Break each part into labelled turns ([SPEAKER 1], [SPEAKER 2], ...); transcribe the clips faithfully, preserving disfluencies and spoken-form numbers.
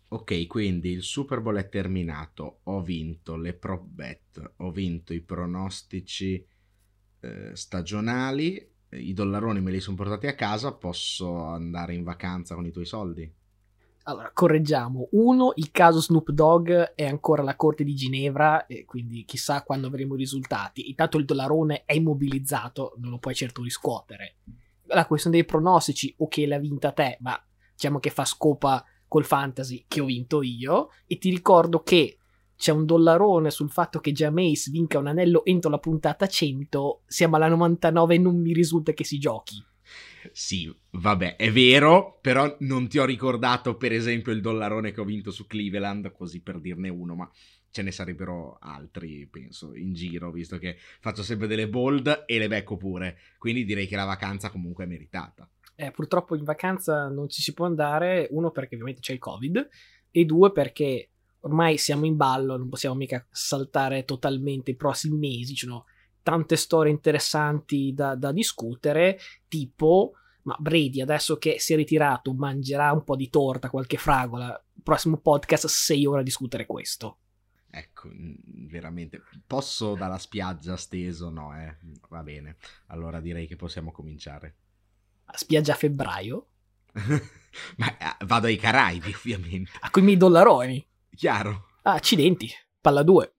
[SPEAKER 1] Ok, quindi il Super Bowl è terminato, ho vinto le prop bet, ho vinto i pronostici eh, stagionali, i dollaroni me li sono portati a casa, posso andare in vacanza con i tuoi soldi?
[SPEAKER 2] Allora, correggiamo. Uno, il caso Snoop Dogg è ancora alla corte di Ginevra, e quindi chissà quando avremo i risultati. Intanto il dollarone è immobilizzato, non lo puoi certo riscuotere. La questione dei pronostici, ok, l'ha vinta te, ma diciamo che fa scopa col fantasy che ho vinto io. E ti ricordo che c'è un dollarone sul fatto che Jameis vinca un anello entro la puntata cento. Siamo alla novantanove e non mi risulta che si giochi.
[SPEAKER 1] Sì, vabbè, è vero, però non ti ho ricordato per esempio il dollarone che ho vinto su Cleveland, così per dirne uno, ma ce ne sarebbero altri, penso, in giro, visto che faccio sempre delle bold e le becco pure, quindi direi che la vacanza comunque è meritata.
[SPEAKER 2] Eh, purtroppo in vacanza non ci si può andare, uno perché ovviamente c'è il Covid, e due perché ormai siamo in ballo, non possiamo mica saltare totalmente i prossimi mesi, ci sono tante storie interessanti da, da discutere, tipo, ma Brady adesso che si è ritirato mangerà un po' di torta, qualche fragola, prossimo podcast sei ore a discutere questo.
[SPEAKER 1] Ecco, veramente, posso dalla spiaggia steso? No, eh, va bene, allora direi che possiamo cominciare.
[SPEAKER 2] A spiaggia a febbraio,
[SPEAKER 1] Ma eh, vado ai Caraibi, ovviamente.
[SPEAKER 2] a quei miei dollaroni.
[SPEAKER 1] Chiaro.
[SPEAKER 2] Ah, accidenti, palla due.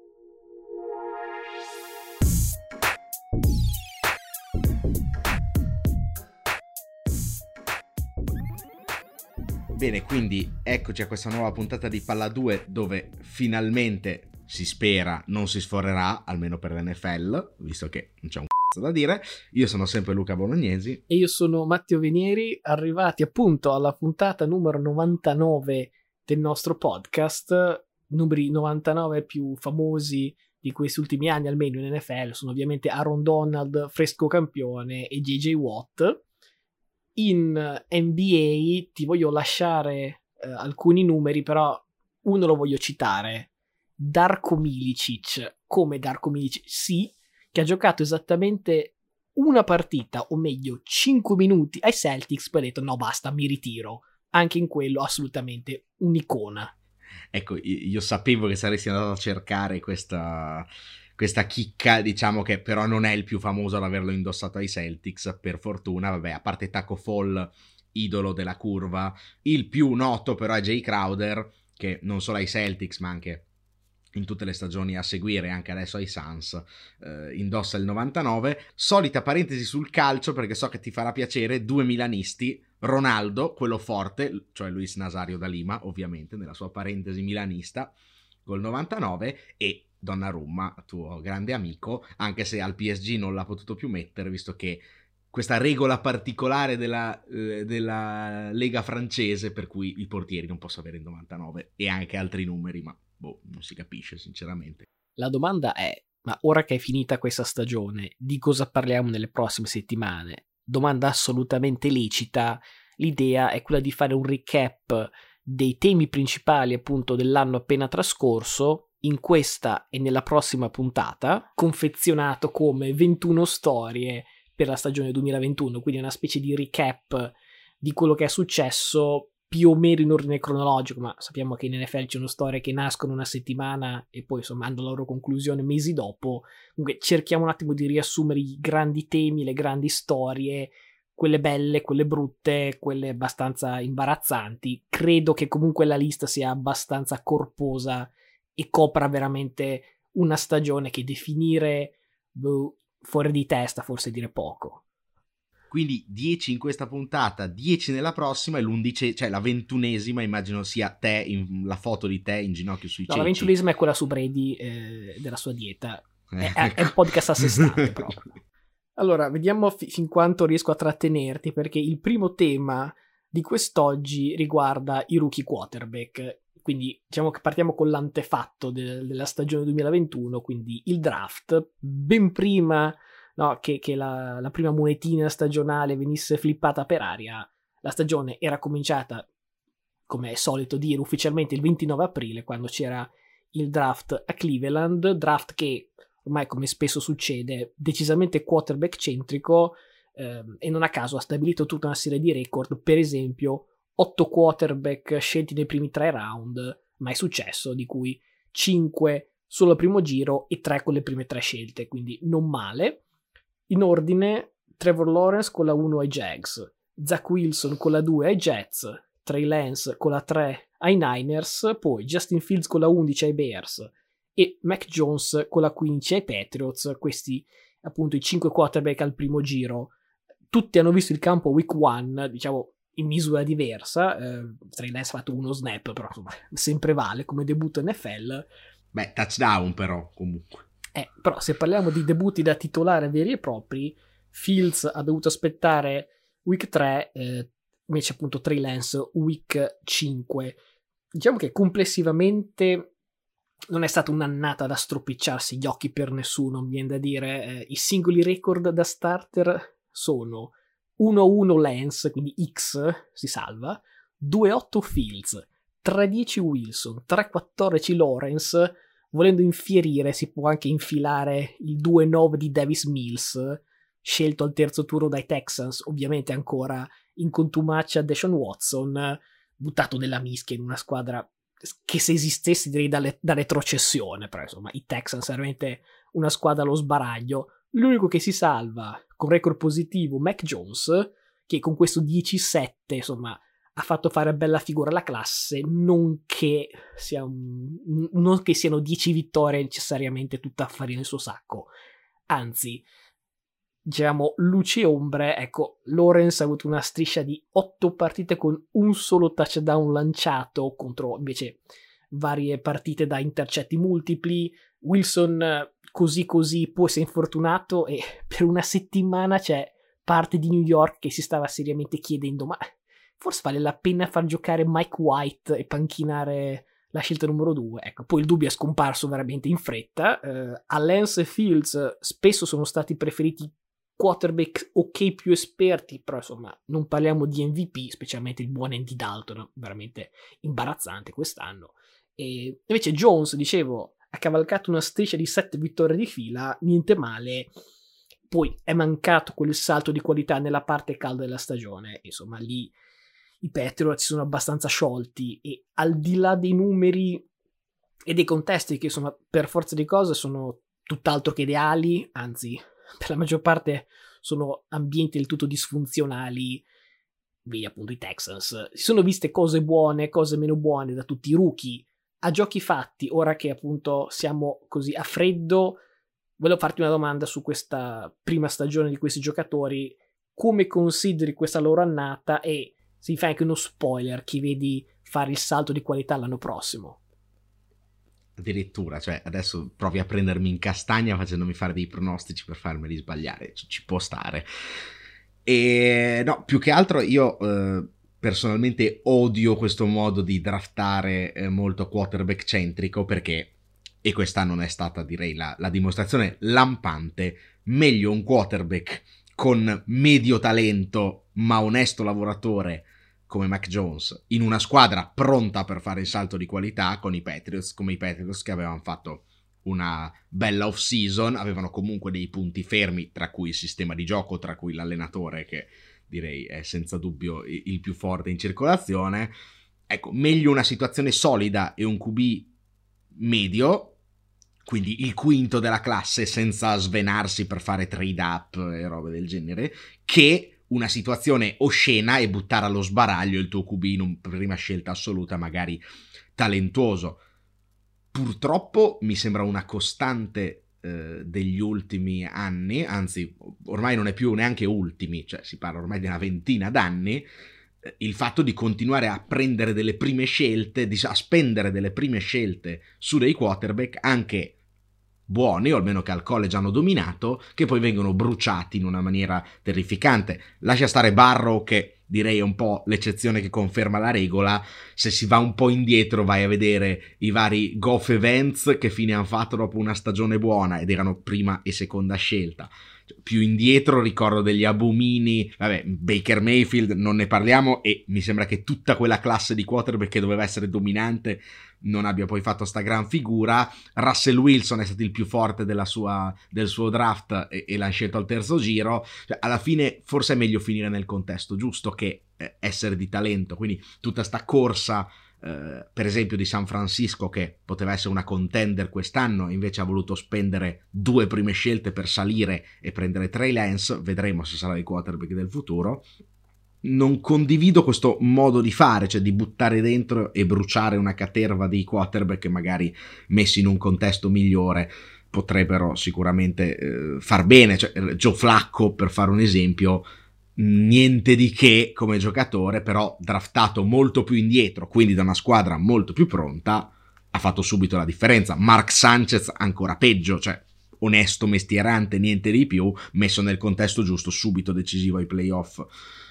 [SPEAKER 1] Bene, quindi eccoci a questa nuova puntata di Palla due dove finalmente si spera non si sforerà, almeno per l'N F L, visto che non c'è un c***o da dire. Io sono sempre Luca Bolognesi.
[SPEAKER 2] E io sono Matteo Venieri, arrivati appunto alla puntata numero novantanove del nostro podcast. Numeri novantanove più famosi di questi ultimi anni, almeno in N F L, sono ovviamente Aaron Donald, fresco campione, e J J Watt. In N B A ti voglio lasciare eh, alcuni numeri, però uno lo voglio citare. Darko Milicic, come Darko Milicic, sì, che ha giocato esattamente una partita, o meglio cinque minuti ai Celtics, poi ha detto no basta, mi ritiro. Anche in quello assolutamente un'icona.
[SPEAKER 1] Ecco, io sapevo che saresti andato a cercare questa, questa chicca, diciamo che però non è il più famoso ad averlo indossato ai Celtics, per fortuna, vabbè, a parte Taco Fall, idolo della curva, il più noto però è Jay Crowder, che non solo ai Celtics ma anche in tutte le stagioni a seguire, anche adesso ai Suns, eh, indossa il novantanove. Solita parentesi sul calcio, perché so che ti farà piacere, due milanisti, Ronaldo, quello forte, cioè Luis Nazario da Lima, ovviamente, nella sua parentesi milanista, col novantanove, e Donnarumma, tuo grande amico, anche se al P S G non l'ha potuto più mettere, visto che questa regola particolare della, eh, della Lega francese, per cui i portieri non possono avere il novantanove, e anche altri numeri, ma boh, non si capisce sinceramente.
[SPEAKER 2] La domanda è, ma ora che è finita questa stagione, di cosa parliamo nelle prossime settimane? Domanda assolutamente lecita. L'idea è quella di fare un recap dei temi principali appunto dell'anno appena trascorso in questa e nella prossima puntata, confezionato come ventuno storie per la stagione duemilaventuno, quindi una specie di recap di quello che è successo più o meno in ordine cronologico, ma sappiamo che in N F L ci sono storie che nascono una settimana e poi insomma hanno la loro conclusione mesi dopo. Comunque cerchiamo un attimo di riassumere i grandi temi, le grandi storie, quelle belle, quelle brutte, quelle abbastanza imbarazzanti. Credo che comunque la lista sia abbastanza corposa e copra veramente una stagione che definire boh, fuori di testa forse dire poco.
[SPEAKER 1] Quindi dieci in questa puntata, dieci nella prossima, e l'undicesima, cioè la ventunesima, immagino sia te, in, la foto di te in ginocchio sui
[SPEAKER 2] No,
[SPEAKER 1] ceci.
[SPEAKER 2] la ventunesima è quella su Brady eh, della sua dieta. È, è, è un podcast a sé stante proprio. Allora, vediamo fi- fin quanto riesco a trattenerti, perché il primo tema di quest'oggi riguarda i rookie quarterback. Quindi diciamo che partiamo con l'antefatto de- della stagione duemilaventuno, quindi il draft. Ben prima no, che, che la, la prima monetina stagionale venisse flippata per aria, la stagione era cominciata, come è solito dire, ufficialmente il ventinove aprile, quando c'era il draft a Cleveland, draft che ormai, come spesso succede, decisamente quarterback centrico, ehm, e non a caso ha stabilito tutta una serie di record. Per esempio, otto quarterback scelti nei primi tre round, mai successo, di cui cinque solo al primo giro e tre con le prime tre scelte, quindi non male. In ordine, Trevor Lawrence con la uno ai Jags, Zach Wilson con la due ai Jets, Trey Lance con la tre ai Niners, poi Justin Fields con la undici ai Bears e Mac Jones con la quindici ai Patriots. Questi appunto i cinque quarterback al primo giro. Tutti hanno visto il campo week one, diciamo in misura diversa. eh, Trey Lance ha fatto uno snap, però insomma sempre vale come debutto N F L.
[SPEAKER 1] Beh, touchdown però comunque.
[SPEAKER 2] Eh, però se parliamo di debutti da titolare veri e propri, Fields ha dovuto aspettare week tre, eh, invece appunto Trey Lance week cinque. Diciamo che complessivamente non è stata un'annata da stropicciarsi gli occhi per nessuno, mi viene da dire. Eh, i singoli record da starter sono uno a uno Lance, quindi X si salva, due a otto Fields, tre a dieci Wilson, tre a quattordici Lawrence. Volendo infierire si può anche infilare il due a nove di Davis Mills, scelto al terzo turno dai Texans, ovviamente ancora in contumacia Deshaun Watson, buttato nella mischia in una squadra che se esistesse direi da, le- da retrocessione, però insomma i Texans è veramente una squadra allo sbaraglio. L'unico che si salva con record positivo, Mac Jones, che con questo dieci sette insomma ha fatto fare bella figura alla classe, non che, sia un, non che siano dieci vittorie necessariamente tutta a farina nel suo sacco, anzi, diciamo, luci e ombre. Ecco, Lawrence ha avuto una striscia di otto partite con un solo touchdown lanciato, contro invece varie partite da intercetti multipli. Wilson così così, poi si è infortunato e per una settimana c'è parte di New York che si stava seriamente chiedendo ma forse vale la pena far giocare Mike White e panchinare la scelta numero due. Ecco, poi il dubbio è scomparso veramente in fretta. Uh, a Lance e Fields spesso sono stati preferiti quarterback ok più esperti, però insomma non parliamo di M V P, specialmente il buon Andy Dalton, veramente imbarazzante quest'anno. E invece Jones, dicevo, ha cavalcato una striscia di sette vittorie di fila, niente male. Poi è mancato quel salto di qualità nella parte calda della stagione, insomma lì i Patriots si sono abbastanza sciolti e al di là dei numeri e dei contesti che insomma per forza di cose sono tutt'altro che ideali, anzi per la maggior parte sono ambienti del tutto disfunzionali, vedi appunto i Texans. Si sono viste cose buone, cose meno buone da tutti i rookie. A giochi fatti, ora che appunto siamo così a freddo, volevo farti una domanda su questa prima stagione di questi giocatori. Come consideri questa loro annata e si fa anche uno spoiler, chi vedi fare il salto di qualità l'anno prossimo?
[SPEAKER 1] Addirittura, cioè adesso provi a prendermi in castagna facendomi fare dei pronostici per farmeli sbagliare, ci, ci può stare. E no, più che altro io eh, personalmente odio questo modo di draftare eh, molto quarterback centrico, perché, e quest'anno non è stata direi la, la dimostrazione lampante, meglio un quarterback con medio talento ma onesto lavoratore come Mac Jones in una squadra pronta per fare il salto di qualità come i Patriots, come i Patriots che avevano fatto una bella off season, avevano comunque dei punti fermi, tra cui il sistema di gioco, tra cui l'allenatore che direi è senza dubbio il più forte in circolazione. Ecco, meglio una situazione solida e un Q B medio, quindi il quinto della classe senza svenarsi per fare trade up e robe del genere, che una situazione oscena e buttare allo sbaraglio il tuo Q B in una prima scelta assoluta, magari talentuoso. Purtroppo mi sembra una costante eh, degli ultimi anni, anzi ormai non è più neanche ultimi, cioè si parla ormai di una ventina d'anni, eh, il fatto di continuare a prendere delle prime scelte, di, a spendere delle prime scelte su dei quarterback anche buoni, o almeno che al college hanno dominato, che poi vengono bruciati in una maniera terrificante. Lascia stare Burrow, che direi è un po' l'eccezione che conferma la regola. Se si va un po' indietro vai a vedere i vari Goff e Vance che fine hanno fatto dopo una stagione buona ed erano prima e seconda scelta. Più indietro ricordo degli abomini, vabbè, Baker Mayfield non ne parliamo, e mi sembra che tutta quella classe di quarterback che doveva essere dominante non abbia poi fatto sta gran figura. Russell Wilson è stato il più forte della sua, del suo draft e, e l'ha scelto al terzo giro. Cioè, alla fine forse è meglio finire nel contesto giusto, che eh, essere di talento, quindi tutta sta corsa eh, per esempio di San Francisco, che poteva essere una contender quest'anno, invece ha voluto spendere due prime scelte per salire e prendere Trey Lance, vedremo se sarà il quarterback del futuro. Non condivido questo modo di fare, cioè di buttare dentro e bruciare una caterva di quarterback che magari messi in un contesto migliore potrebbero sicuramente eh, far bene. Cioè, Joe Flacco, per fare un esempio, niente di che come giocatore, però draftato molto più indietro, quindi da una squadra molto più pronta, ha fatto subito la differenza. Mark Sanchez ancora peggio, cioè onesto, mestierante, niente di più, messo nel contesto giusto, subito decisivo ai playoff.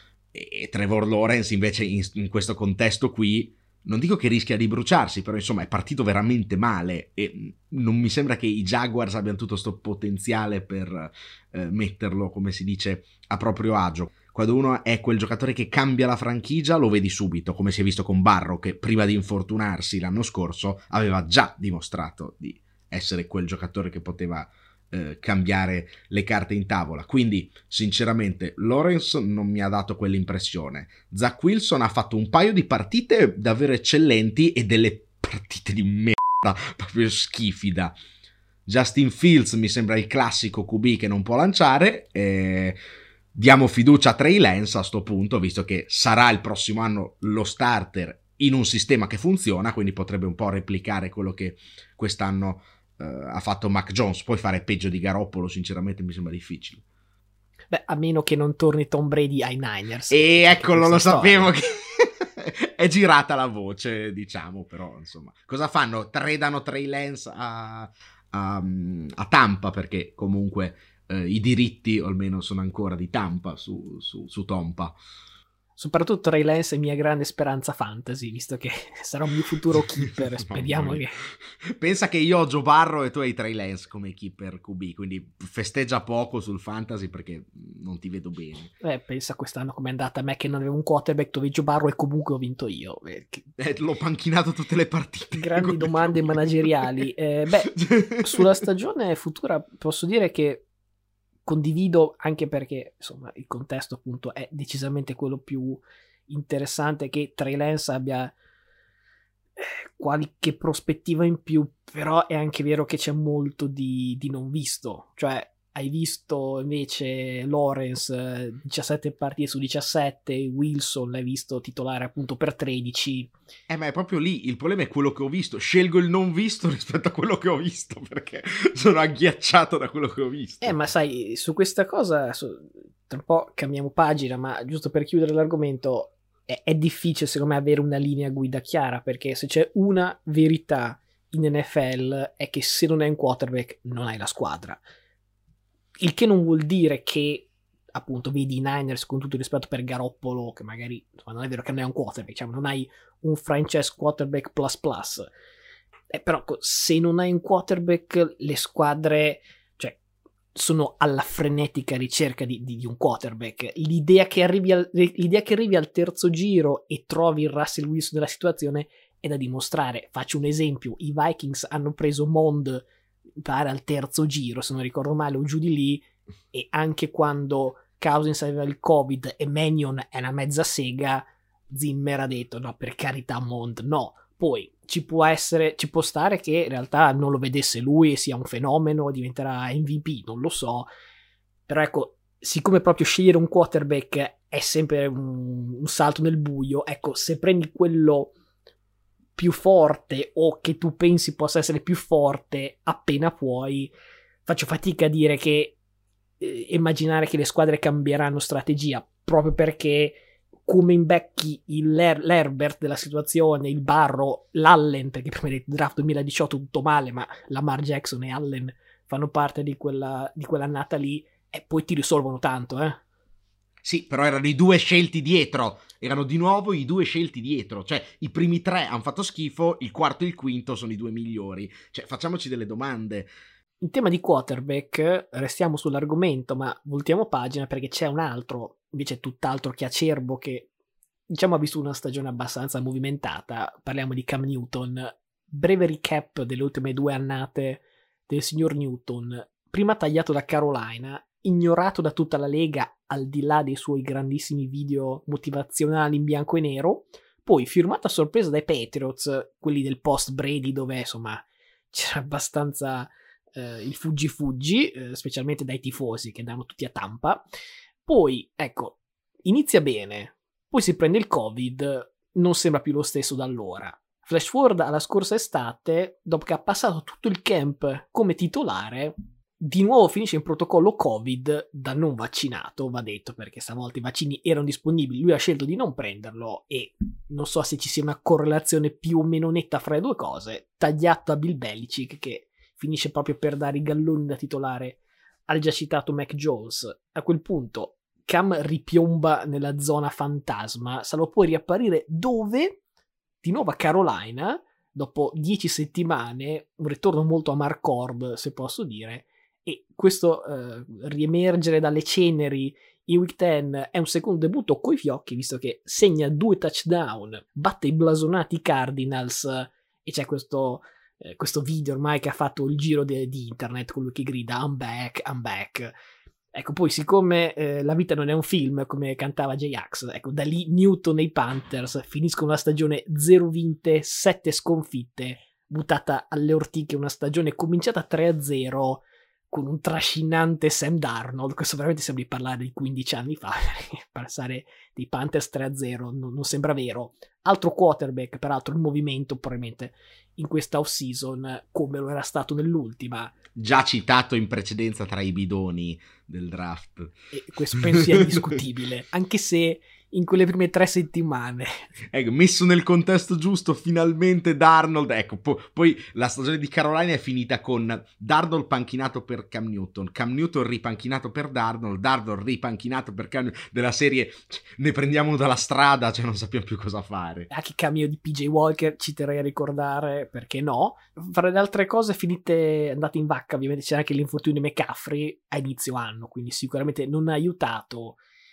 [SPEAKER 1] E Trevor Lawrence invece in, in questo contesto qui non dico che rischia di bruciarsi, però insomma è partito veramente male e non mi sembra che i Jaguars abbiano tutto questo potenziale per eh, metterlo, come si dice, a proprio agio. Quando uno è quel giocatore che cambia la franchigia lo vedi subito, come si è visto con Barrow, che prima di infortunarsi l'anno scorso aveva già dimostrato di essere quel giocatore che poteva Eh, cambiare le carte in tavola. Quindi sinceramente Lawrence non mi ha dato quell'impressione. Zach Wilson ha fatto un paio di partite davvero eccellenti e delle partite di merda proprio schifida. Justin Fields mi sembra il classico Q B che non può lanciare. eh, diamo fiducia a Trey Lance a sto punto, visto che sarà il prossimo anno lo starter in un sistema che funziona, quindi potrebbe un po' replicare quello che quest'anno Uh, ha fatto Mac Jones. Poi fare peggio di Garoppolo sinceramente mi sembra difficile.
[SPEAKER 2] Beh, a meno che non torni Tom Brady ai Niners.
[SPEAKER 1] E eccolo, lo
[SPEAKER 2] storia.
[SPEAKER 1] sapevo che è girata la voce, diciamo, però insomma, cosa fanno? Tradano Trey Lance a, a, a Tampa, perché comunque eh, i diritti almeno sono ancora di Tampa su, su, su Tompa.
[SPEAKER 2] Soprattutto Trey Lance è mia grande speranza fantasy, visto che sarà un mio futuro keeper. Speriamo che...
[SPEAKER 1] Pensa che io ho Joe Barrow e tu hai Trey Lance come keeper Q B, quindi festeggia poco sul fantasy perché non ti vedo bene.
[SPEAKER 2] Eh, pensa quest'anno com'è andata a me che non avevo un quarterback dove Joe Barrow e comunque ho vinto io.
[SPEAKER 1] Eh, l'ho panchinato tutte le partite.
[SPEAKER 2] Grandi domande manageriali. Eh, beh, sulla stagione futura posso dire che condivido, anche perché insomma il contesto appunto è decisamente quello più interessante, che Trey Lance abbia qualche prospettiva in più, però è anche vero che c'è molto di, di non visto. Cioè hai visto invece Lawrence diciassette partite su diciassette, Wilson l'hai visto titolare appunto per tredici.
[SPEAKER 1] Eh ma è proprio lì, il problema è quello che ho visto, scelgo il non visto rispetto a quello che ho visto, perché sono agghiacciato da quello che ho visto.
[SPEAKER 2] Eh ma sai, su questa cosa su, tra un po' cambiamo pagina, ma giusto per chiudere l'argomento, è, è difficile secondo me avere una linea guida chiara, perché se c'è una verità in N F L è che se non hai un quarterback non hai la squadra. Il che non vuol dire che, appunto, vedi i Niners, con tutto il rispetto per Garoppolo, che magari, insomma, non è vero che non hai un quarterback, diciamo, non hai un franchise quarterback plus plus. Eh, però se non hai un quarterback, le squadre, cioè, sono alla frenetica ricerca di, di, di un quarterback. L'idea che, arrivi al, l'idea che arrivi al terzo giro e trovi il Russell Wilson della situazione è da dimostrare. Faccio un esempio: i Vikings hanno preso Mond pare al terzo giro, se non ricordo male, o giù di lì, e anche quando Cousins aveva il Covid e Mannion è una mezza sega, Zimmer ha detto no, per carità Mond no. Poi ci può essere, ci può stare che in realtà non lo vedesse lui e sia un fenomeno, diventerà M V P, non lo so, però ecco, siccome proprio scegliere un quarterback è sempre un, un salto nel buio, ecco, se prendi quello più forte o che tu pensi possa essere più forte appena puoi, faccio fatica a dire che eh, immaginare che le squadre cambieranno strategia, proprio perché come imbecchi il, l'Herbert della situazione, il Barrow, l'Allen, perché prima del draft duemiladiciotto tutto male, ma Lamar Jackson e Allen fanno parte di quella di quell'annata lì, e poi ti risolvono tanto, eh.
[SPEAKER 1] Sì, però erano i due scelti dietro, erano di nuovo i due scelti dietro, cioè i primi tre hanno fatto schifo, il quarto e il quinto sono i due migliori, cioè facciamoci delle domande.
[SPEAKER 2] In tema di quarterback restiamo sull'argomento, ma voltiamo pagina perché c'è un altro, invece tutt'altro che acerbo, che diciamo ha visto una stagione abbastanza movimentata. Parliamo di Cam Newton. Breve recap delle ultime due annate del signor Newton: prima tagliato da Carolina, ignorato da tutta la lega al di là dei suoi grandissimi video motivazionali in bianco e nero. Poi firmato a sorpresa dai Patriots, quelli del post Brady, dove insomma c'era abbastanza eh, il fuggi-fuggi, eh, specialmente dai tifosi che andavano tutti a Tampa. Poi, ecco, inizia bene, poi si prende il Covid, non sembra più lo stesso da allora. Flash forward alla scorsa estate, dopo che ha passato tutto il camp come titolare, di nuovo finisce in protocollo Covid da non vaccinato, va detto, perché stavolta i vaccini erano disponibili, lui ha scelto di non prenderlo e non so se ci sia una correlazione più o meno netta fra le due cose, tagliato a Bill Belichick che finisce proprio per dare i galloni da titolare al già citato Mac Jones. A quel punto Cam ripiomba nella zona fantasma, salvo poi riapparire dove? Di nuovo a Carolina, dopo dieci settimane, un ritorno molto a Marcord, se posso dire, e questo eh, riemergere dalle ceneri in week dieci è un secondo debutto coi fiocchi, visto che segna due touchdown, batte i blasonati Cardinals, e c'è questo, eh, questo video ormai che ha fatto il giro de- di internet, quello che grida I'm back, I'm back. Ecco, poi siccome eh, la vita non è un film, come cantava J-Ax, ecco, da lì Newton e i Panthers finiscono la stagione zero vinte, sette sconfitte, buttata alle ortiche, una stagione cominciata tre a zero con un trascinante Sam Darnold. Questo veramente sembra di parlare di quindici anni fa, passare dei Panthers tre a zero non, non sembra vero. Altro quarterback, peraltro in movimento probabilmente in questa off-season, come lo era stato nell'ultima.
[SPEAKER 1] Già citato in precedenza tra i bidoni del draft.
[SPEAKER 2] E questo penso sia discutibile, anche se in quelle prime tre settimane.
[SPEAKER 1] Ecco, messo nel contesto giusto, finalmente Darnold. Ecco, po- poi la stagione di Carolina è finita con Darnold panchinato per Cam Newton, Cam Newton ripanchinato per Darnold, Darnold ripanchinato per Cam Newton, della serie ne prendiamo dalla strada, cioè non sappiamo più cosa fare.
[SPEAKER 2] Anche il cameo di P J Walker ci terrei a ricordare, perché no. Fra le altre cose finite, andate in vacca, ovviamente c'era anche l'infortunio di McCaffrey a inizio anno, quindi sicuramente non ha aiutato.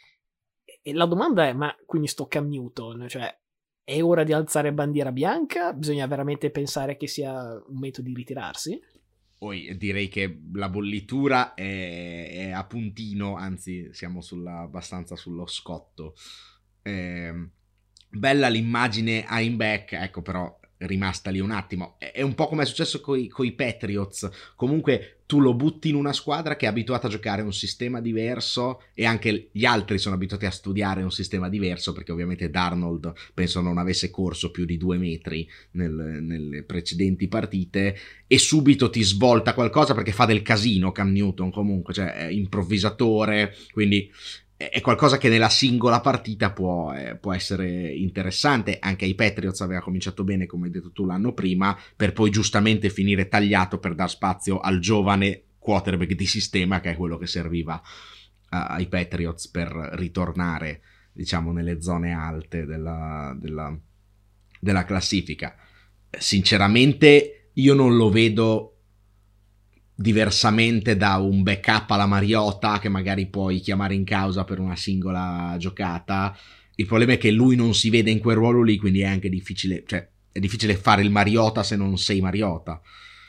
[SPEAKER 2] E la domanda è, ma quindi sto Cam Newton, cioè è ora di alzare bandiera bianca? Bisogna veramente pensare che sia un momento di ritirarsi?
[SPEAKER 1] Poi direi che la bollitura è, è a puntino, anzi siamo sulla, abbastanza sullo scotto. Eh, bella l'immagine I'm back, ecco, però rimasta lì un attimo. È un po' come è successo coi, coi Patriots. Comunque tu lo butti in una squadra che è abituata a giocare un sistema diverso e anche gli altri sono abituati a studiare un sistema diverso, perché ovviamente Darnold penso non avesse corso più di due metri nel, nelle precedenti partite, e subito ti svolta qualcosa perché fa del casino Cam Newton, comunque, cioè è improvvisatore, quindi è qualcosa che nella singola partita può, eh, può essere interessante. Anche ai Patriots aveva cominciato bene, come hai detto tu, l'anno prima, per poi giustamente finire tagliato per dar spazio al giovane quarterback di sistema, che è quello che serviva uh, ai Patriots per ritornare, diciamo, nelle zone alte della, della, della classifica. Sinceramente io non lo vedo diversamente da un backup alla Mariota che magari puoi chiamare in causa per una singola giocata. Il problema è che lui non si vede in quel ruolo lì, quindi è anche difficile, cioè è difficile fare il Mariota se non sei Mariota.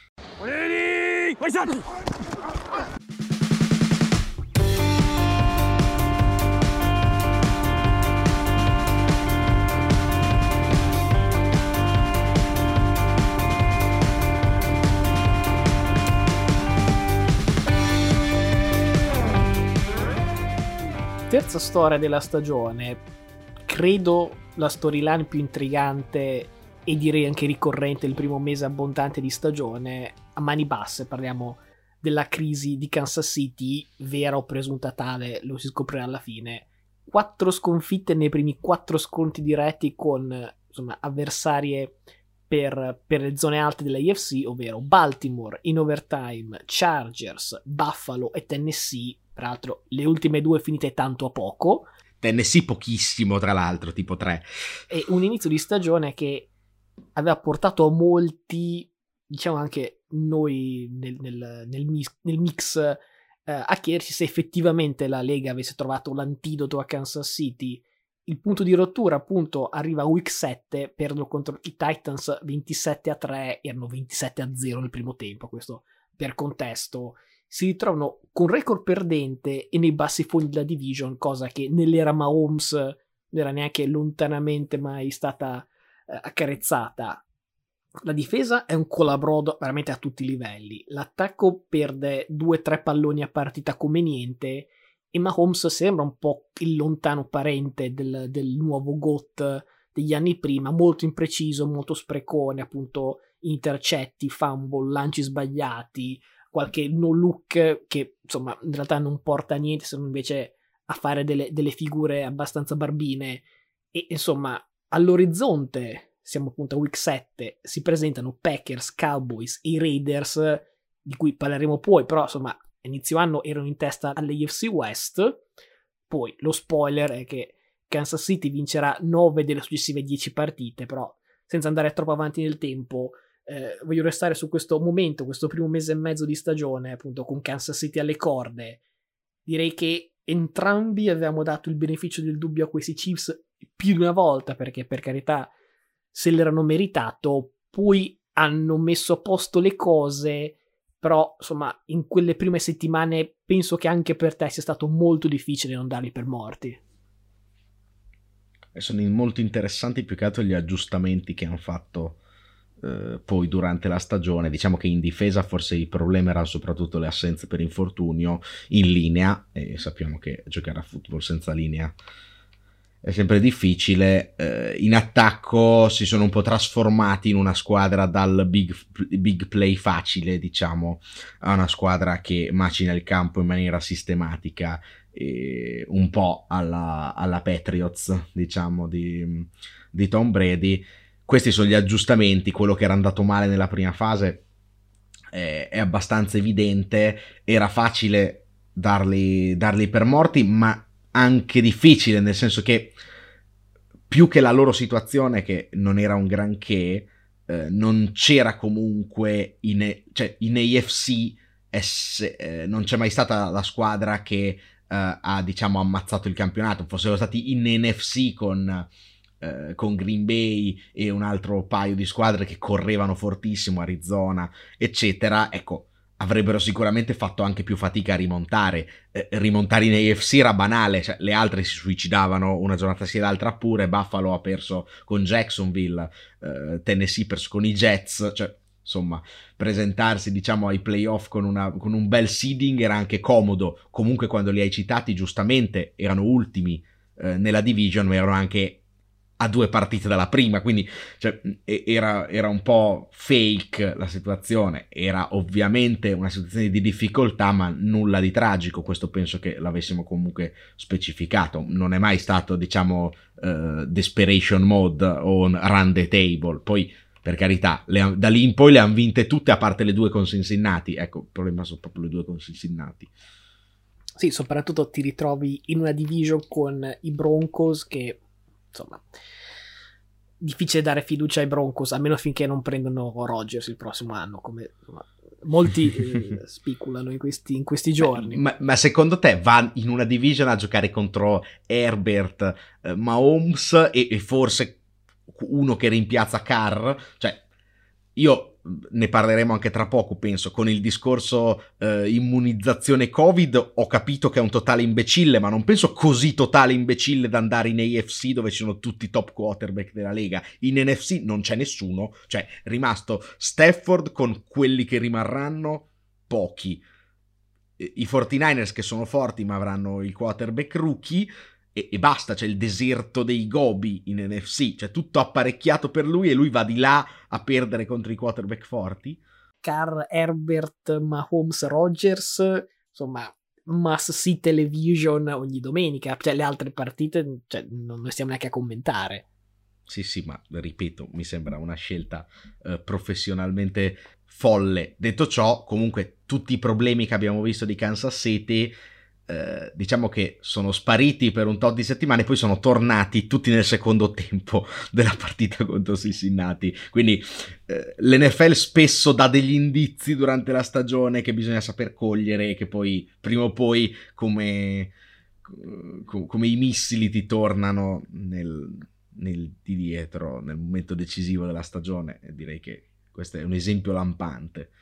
[SPEAKER 2] Terza storia della stagione, credo la storyline più intrigante e direi anche ricorrente il primo mese abbondante di stagione. A mani basse parliamo della crisi di Kansas City, vera o presunta tale, lo si scoprirà alla fine. Quattro sconfitte nei primi quattro scontri diretti con, insomma, avversarie per, per le zone alte della A F C, ovvero Baltimore in overtime, Chargers, Buffalo e Tennessee. Peraltro le ultime due finite tanto a poco.
[SPEAKER 1] Tennessee pochissimo, tra l'altro, tipo tre.
[SPEAKER 2] E un inizio di stagione che aveva portato a molti, diciamo anche noi nel, nel, nel mix, nel mix eh, a chiedersi se effettivamente la Lega avesse trovato l'antidoto a Kansas City. Il punto di rottura appunto arriva a week sette, perdono contro i Titans ventisette a tre, erano ventisette a zero nel primo tempo, questo per contesto. si ritrovano con record perdente e nei bassi fondi della division, cosa che nell'era Mahomes non era neanche lontanamente mai stata eh, accarezzata. La difesa è un colabrodo veramente a tutti i livelli. L'attacco perde due tre palloni a partita come niente e Mahomes sembra un po' il lontano parente del, del nuovo GOAT degli anni prima, molto impreciso, molto sprecone, appunto intercetti, fumble, lanci sbagliati, qualche no look che insomma in realtà non porta a niente se non invece a fare delle, delle figure abbastanza barbine. E insomma all'orizzonte siamo appunto a week sette, si presentano Packers, Cowboys e Raiders, di cui parleremo poi, però insomma inizio anno erano in testa all'A F C West. Poi lo spoiler è che Kansas City vincerà nove delle successive dieci partite, però senza andare troppo avanti nel tempo eh, voglio restare su questo momento, questo primo mese e mezzo di stagione appunto con Kansas City alle corde. Direi che entrambi avevamo dato il beneficio del dubbio a questi Chiefs più di una volta, perché per carità se l'erano meritato, poi hanno messo a posto le cose, però insomma in quelle prime settimane penso che anche per te sia stato molto difficile non darli per morti.
[SPEAKER 1] E sono molto interessanti più che altro gli aggiustamenti che hanno fatto eh, poi durante la stagione. Diciamo che in difesa forse il problema era soprattutto le assenze per infortunio, in linea, e sappiamo che giocare a football senza linea è sempre difficile. Eh, in attacco si sono un po' trasformati in una squadra dal big, big play facile, diciamo, a una squadra che macina il campo in maniera sistematica, e un po' alla, alla Patriots, diciamo, di, di Tom Brady. Questi sono gli aggiustamenti. Quello che era andato male nella prima fase è, è abbastanza evidente. Era facile darli, darli per morti, ma anche difficile, nel senso che più che la loro situazione, che non era un granché, eh, non c'era comunque in, cioè in A F C S, eh, non c'è mai stata la squadra che eh, ha, diciamo, ammazzato il campionato. Fossero stati in N F C con eh, con Green Bay e un altro paio di squadre che correvano fortissimo, Arizona eccetera, ecco, avrebbero sicuramente fatto anche più fatica a rimontare. Eh, rimontare in A F C era banale, cioè, le altre si suicidavano una giornata sì e l'altra pure. Buffalo ha perso con Jacksonville, eh, Tennessee ha perso con i Jets, cioè insomma presentarsi, diciamo, ai playoff con, una, con un bel seeding era anche comodo. Comunque quando li hai citati giustamente erano ultimi eh, nella division, ma erano anche a due partite dalla prima, quindi cioè, era, era un po' fake la situazione. Era ovviamente una situazione di difficoltà, ma nulla di tragico. Questo penso che l'avessimo comunque specificato. Non è mai stato, diciamo, uh, desperation mode o run the table. Poi, per carità, le, da lì in poi le hanno vinte tutte, a parte le due con Cincinnati. Ecco, il problema sono proprio le due con Cincinnati.
[SPEAKER 2] Sì, soprattutto ti ritrovi in una division con i Broncos che, insomma, difficile dare fiducia ai Broncos, a meno finché non prendono Rodgers il prossimo anno, come insomma, molti eh, speculano in questi, in questi giorni.
[SPEAKER 1] Ma, ma secondo te va in una division a giocare contro Herbert, eh, Mahomes e, e forse uno che rimpiazza Carr? Cioè, io ne parleremo anche tra poco, penso, con il discorso eh, immunizzazione Covid. Ho capito che è un totale imbecille, ma non penso così totale imbecille da andare in A F C dove ci sono tutti i top quarterback della Lega. In N F C non c'è nessuno, cioè è rimasto Stafford con quelli che rimarranno pochi, i quarantanovers che sono forti ma avranno il quarterback rookie, e, e basta. C'è il deserto dei Gobi in N F C, cioè tutto apparecchiato per lui e lui va di là a perdere contro i quarterback forti.
[SPEAKER 2] Carr, Herbert, Mahomes, Rodgers, insomma, must see television ogni domenica. Cioè le altre partite, cioè, non ne stiamo neanche a commentare.
[SPEAKER 1] Sì, sì, ma ripeto, mi sembra una scelta eh, professionalmente folle. Detto ciò, comunque tutti i problemi che abbiamo visto di Kansas City, eh, diciamo che sono spariti per un tot di settimane, poi sono tornati tutti nel secondo tempo della partita contro Cincinnati. Quindi eh, l'N F L spesso dà degli indizi durante la stagione che bisogna saper cogliere e che poi, prima o poi, come, come i missili ti tornano nel... nel di dietro nel momento decisivo della stagione. E direi che questo è un esempio lampante.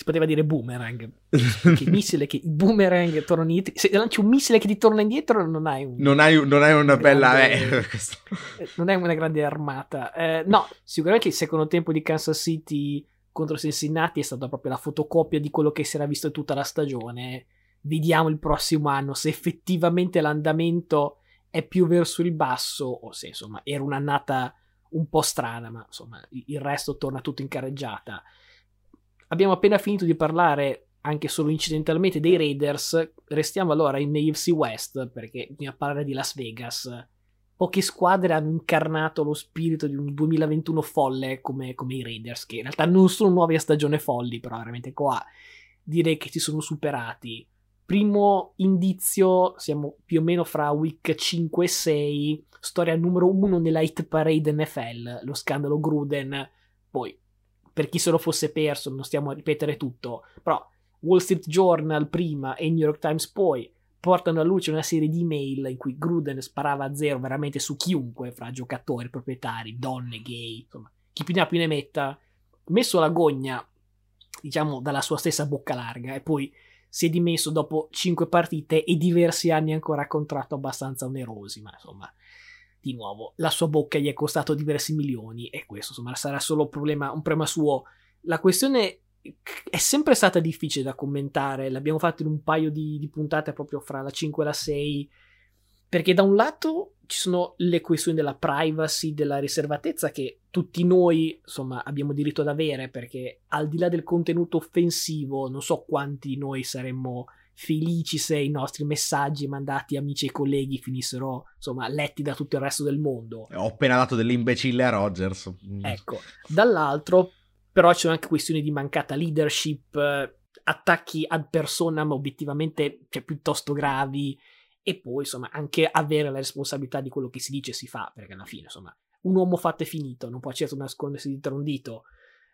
[SPEAKER 2] si poteva dire boomerang. Che missile che il boomerang torna indietro. Se lanci un missile che ti torna indietro, non hai un,
[SPEAKER 1] non hai, non hai una
[SPEAKER 2] un
[SPEAKER 1] bella
[SPEAKER 2] grande,
[SPEAKER 1] eh.
[SPEAKER 2] non hai una grande armata. Eh, no, sicuramente il secondo tempo di Kansas City contro Cincinnati è stata proprio la fotocopia di quello che si era visto tutta la stagione. Vediamo il prossimo anno se effettivamente l'andamento è più verso il basso o se insomma era un'annata un po' strana, ma insomma il resto torna tutto in carreggiata. Abbiamo appena finito di parlare anche solo incidentalmente dei Raiders, restiamo allora in A F C West perché bisogna parlare di Las Vegas. Poche squadre hanno incarnato lo spirito di un duemilaventuno folle come, come i Raiders, che in realtà non sono nuovi a stagione folli, però veramente qua direi che si sono superati. Primo indizio, siamo più o meno fra week cinque e sei, storia numero uno nella hit parade N F L, lo scandalo Gruden. Poi, per chi se lo fosse perso, non stiamo a ripetere tutto, però Wall Street Journal prima e New York Times poi portano a luce una serie di email in cui Gruden sparava a zero veramente su chiunque, fra giocatori, proprietari, donne, gay, insomma, chi più ne ha più ne metta, messo alla gogna, diciamo, dalla sua stessa bocca larga, e poi si è dimesso dopo cinque partite e diversi anni ancora a contratto abbastanza onerosi, ma insomma, di nuovo, la sua bocca gli è costato diversi milioni e questo insomma sarà solo un problema, un problema suo. La questione è sempre stata difficile da commentare, l'abbiamo fatto in un paio di, di puntate proprio fra la cinque e la sei, perché da un lato ci sono le questioni della privacy, della riservatezza che tutti noi insomma abbiamo diritto ad avere, perché al di là del contenuto offensivo non so quanti di noi saremmo felici se i nostri messaggi mandati amici e colleghi finissero insomma letti da tutto il resto del mondo.
[SPEAKER 1] Ho appena dato dell'imbecille a Rodgers.
[SPEAKER 2] Ecco, dall'altro però ci sono anche questioni di mancata leadership, attacchi ad personam obiettivamente cioè, piuttosto gravi, e poi insomma anche avere la responsabilità di quello che si dice e si fa, perché alla fine insomma un uomo fatto e finito non può certo nascondersi dietro un dito.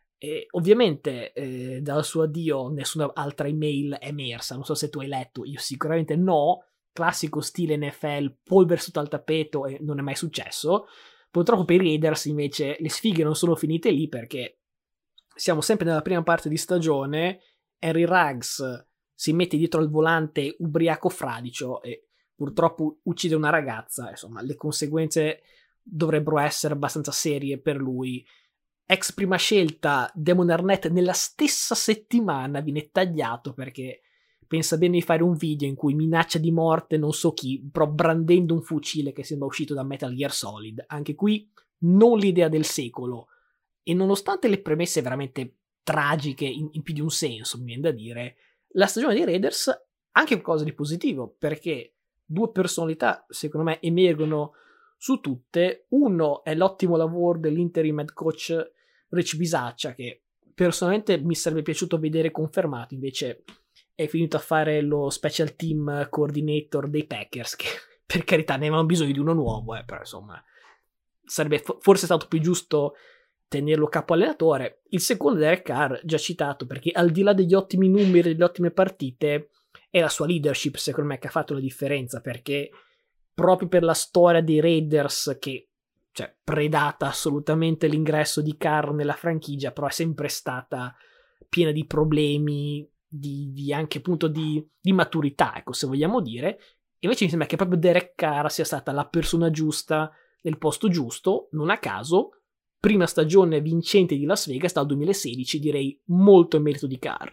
[SPEAKER 2] E ovviamente eh, dal suo addio nessuna altra email è emersa, non so se tu hai letto, io sicuramente no, classico stile N F L, polvere sotto al tappeto, e non è mai successo. Purtroppo per i Raiders invece le sfighe non sono finite lì, perché siamo sempre nella prima parte di stagione, Henry Ruggs si mette dietro al volante ubriaco fradicio e purtroppo uccide una ragazza, insomma le conseguenze dovrebbero essere abbastanza serie per lui. Ex prima scelta Damon Arnett nella stessa settimana viene tagliato perché pensa bene di fare un video in cui minaccia di morte non so chi, però brandendo un fucile che sembra uscito da Metal Gear Solid. Anche qui non l'idea del secolo, e nonostante le premesse veramente tragiche in, in più di un senso, mi viene da dire, la stagione dei Raiders ha anche qualcosa di positivo, perché due personalità secondo me emergono su tutte. Uno è l'ottimo lavoro dell'interim head coach Rich Bisaccia, che personalmente mi sarebbe piaciuto vedere confermato, invece è finito a fare lo special team coordinator dei Packers, che per carità ne avevano bisogno di uno nuovo, eh, però insomma sarebbe forse stato più giusto tenerlo capo allenatore. Il secondo è Derek Carr, già citato, perché al di là degli ottimi numeri e delle ottime partite è la sua leadership secondo me che ha fatto la differenza, perché proprio per la storia dei Raiders che cioè, predata assolutamente l'ingresso di Carr nella franchigia, però è sempre stata piena di problemi, di, di anche appunto di, di maturità, ecco, se vogliamo dire. Invece mi sembra che proprio Derek Carr sia stata la persona giusta nel posto giusto, non a caso prima stagione vincente di Las Vegas dal duemilasedici, direi molto in merito di Carr.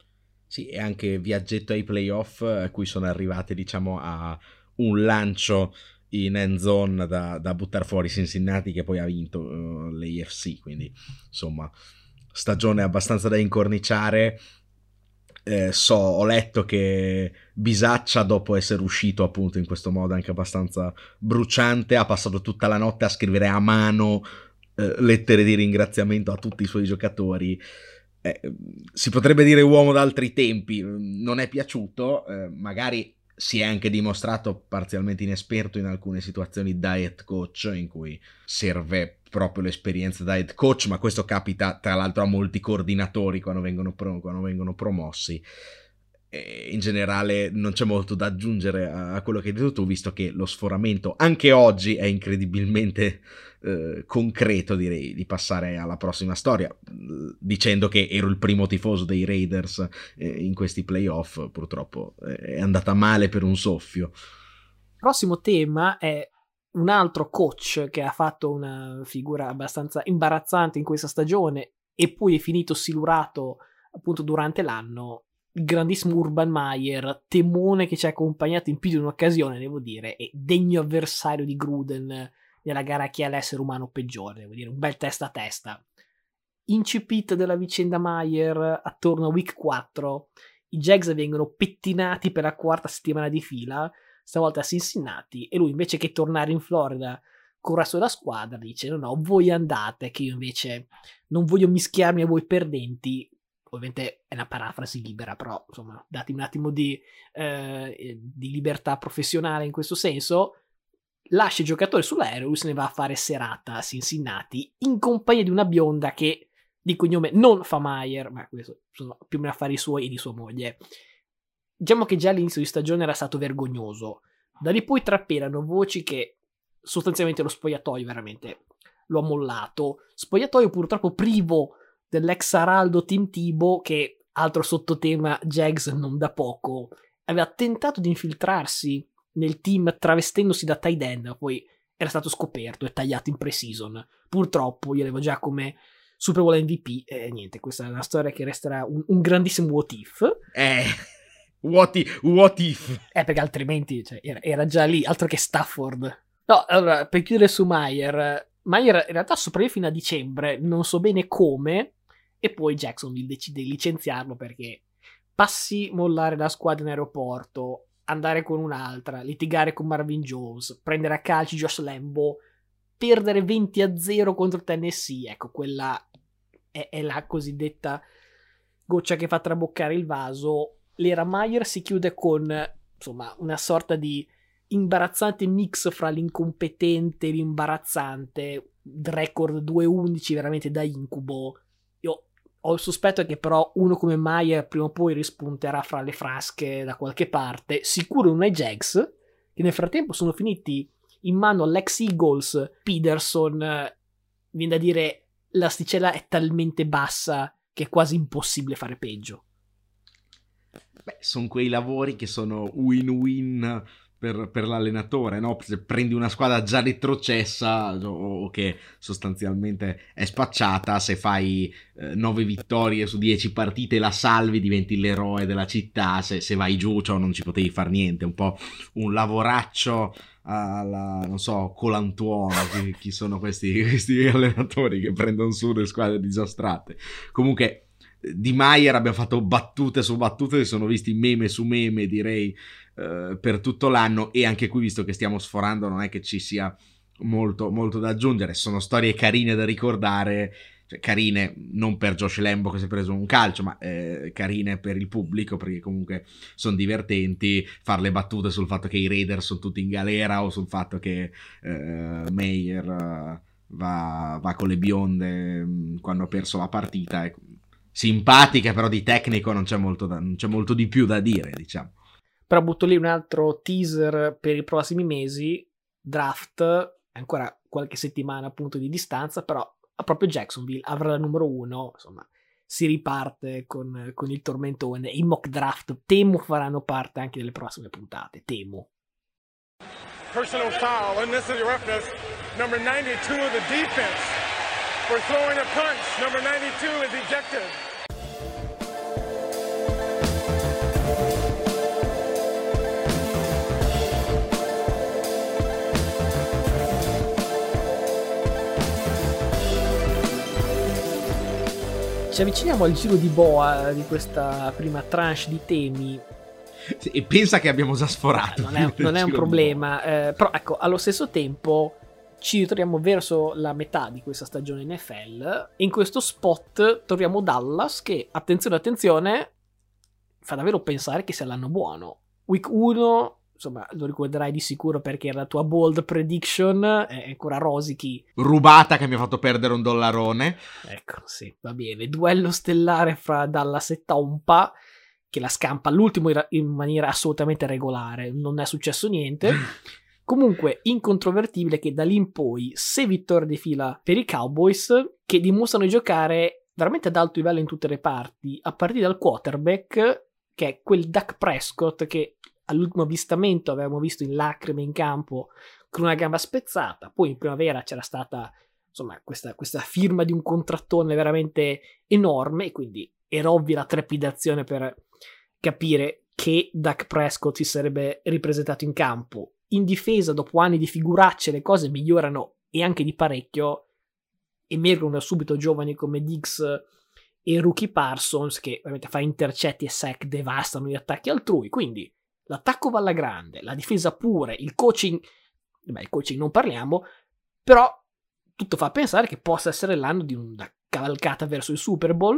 [SPEAKER 1] Sì, e anche viaggetto ai playoff a cui sono arrivate diciamo a un lancio in end zone da, da buttare fuori Cincinnati, che poi ha vinto uh, l'A F C, quindi insomma stagione abbastanza da incorniciare. Eh, so, ho letto che Bisaccia, dopo essere uscito appunto in questo modo anche abbastanza bruciante, ha passato tutta la notte a scrivere a mano eh, lettere di ringraziamento a tutti i suoi giocatori. Eh, si potrebbe dire uomo d'altri tempi, non è piaciuto, eh, magari si è anche dimostrato parzialmente inesperto in alcune situazioni da head coach, in cui serve proprio l'esperienza da head coach, ma questo capita tra l'altro a molti coordinatori quando vengono, pro, quando vengono promossi. E in generale non c'è molto da aggiungere a, a quello che hai detto tu, visto che lo sforamento anche oggi è incredibilmente eh, concreto, direi, di passare alla prossima storia. dicendo che ero il primo tifoso dei Raiders eh, in questi playoff. Purtroppo eh, è andata male per un soffio.
[SPEAKER 2] Il prossimo tema è un altro coach che ha fatto una figura abbastanza imbarazzante in questa stagione e poi è finito silurato appunto durante l'anno, il grandissimo Urban Meyer, temone che ci ha accompagnato in più di un'occasione, devo dire, e degno avversario di Gruden nella gara chi è l'essere umano peggiore, devo dire, un bel testa a testa. Incipit della vicenda Meyer attorno a week quattro, i Jags vengono pettinati per la quarta settimana di fila, stavolta a Cincinnati, e lui invece che tornare in Florida con il resto della squadra dice no no, voi andate, che io invece non voglio mischiarmi a voi perdenti. Ovviamente è una parafrasi libera, però insomma dati un attimo di, eh, di libertà professionale in questo senso. Lascia i giocatori sull'aereo, lui se ne va a fare serata a Cincinnati in compagnia di una bionda che di cognome non fa Meyer, ma questo sono più o meno affari suoi e di sua moglie. Diciamo che già all'inizio di stagione era stato vergognoso, da lì poi trapelano voci che sostanzialmente lo spogliatoio veramente lo ha mollato, spogliatoio purtroppo privo dell'ex Araldo Tim Tebow, che altro sottotema Jags non da poco, aveva tentato di infiltrarsi nel team travestendosi da tight end, poi era stato scoperto e tagliato in pre-season. Purtroppo io l'avevo già come Super Bowl M V P e niente, questa è una storia che resterà un, un grandissimo what if.
[SPEAKER 1] Eh, what if? What if?
[SPEAKER 2] Eh, perché altrimenti cioè, era, era già lì, altro che Stafford. No, allora, per chiudere su Meyer, Meyer in realtà sopravvive fino a dicembre, non so bene come, e poi Jacksonville decide di licenziarlo perché passi mollare la squadra in aeroporto, andare con un'altra, litigare con Marvin Jones, prendere a calci Josh Lambo, perdere venti a zero contro il Tennessee, ecco, quella è, è la cosiddetta goccia che fa traboccare il vaso. L'era Meyer si chiude con, insomma, una sorta di imbarazzante mix fra l'incompetente e l'imbarazzante, record due undici veramente da incubo. Io ho il sospetto che però uno come Meyer prima o poi rispunterà fra le frasche da qualche parte, sicuro non ai Jags, che nel frattempo sono finiti in mano all'ex Eagles Peterson. Viene da dire l'asticella è talmente bassa che è quasi impossibile fare peggio.
[SPEAKER 1] Beh, sono quei lavori che sono win-win per, per l'allenatore, no? Se prendi una squadra già retrocessa o, o che sostanzialmente è spacciata, se fai eh, nove vittorie su dieci partite la salvi, diventi l'eroe della città, se, se vai giù, cioè, non ci potevi far niente, un po' un lavoraccio alla, non so, Colantuono, chi, chi sono questi, questi allenatori che prendono su le squadre disastrate. Comunque di Meyer abbiamo fatto battute su battute, si sono visti meme su meme, direi, eh, per tutto l'anno, e anche qui, visto che stiamo sforando, non è che ci sia molto, molto da aggiungere. Sono storie carine da ricordare, cioè carine non per Josh Lambo che si è preso un calcio, ma eh, carine per il pubblico, perché comunque sono divertenti fare le battute sul fatto che i Raiders sono tutti in galera o sul fatto che eh, Meyer uh, va, va con le bionde mh, quando ha perso la partita. Ecco, simpatica, però di tecnico non c'è molto, da, non c'è molto di più da dire, diciamo.
[SPEAKER 2] Però butto lì un altro teaser per i prossimi mesi, draft, ancora qualche settimana appunto di distanza, però proprio Jacksonville avrà la numero uno, insomma, si riparte con, con il tormentone. I mock draft temo faranno parte anche delle prossime puntate, temo.
[SPEAKER 3] Personal foul, unnecessary roughness, number ninety-two of the defense. For throwing a punch, number ninety-two is ejected.
[SPEAKER 2] Ci avviciniamo al giro di boa di questa prima tranche di temi.
[SPEAKER 1] Sì, e pensa che abbiamo già sforato.
[SPEAKER 2] Non è, non è un problema, eh, però ecco, allo stesso tempo ci ritroviamo verso la metà di questa stagione N F L e in questo spot troviamo Dallas che, attenzione attenzione, fa davvero pensare che sia l'anno buono. Week uno, insomma, lo ricorderai di sicuro perché era la tua bold prediction, è ancora rosichi.
[SPEAKER 1] Rubata che mi ha fatto perdere un dollarone.
[SPEAKER 2] Ecco, sì, va bene. Duello stellare fra Dallas e Tampa, che la scampa all'ultimo in maniera assolutamente regolare, non è successo niente. Comunque incontrovertibile che da lì in poi sei vittorie di fila per i Cowboys, che dimostrano di giocare veramente ad alto livello in tutte le parti, a partire dal quarterback, che è quel Dak Prescott che all'ultimo avvistamento avevamo visto in lacrime in campo con una gamba spezzata, poi in primavera c'era stata insomma questa, questa firma di un contrattone veramente enorme, e quindi era ovvia la trepidazione per capire che Dak Prescott si sarebbe ripresentato in campo. In difesa, dopo anni di figuracce, le cose migliorano e anche di parecchio. Emergono da subito giovani come Diggs e Rookie Parsons, che veramente fa intercetti e sack, devastano gli attacchi altrui. Quindi l'attacco va alla grande, la difesa pure, il coaching, beh, il coaching non parliamo, però tutto fa pensare che possa essere l'anno di una cavalcata verso il Super Bowl.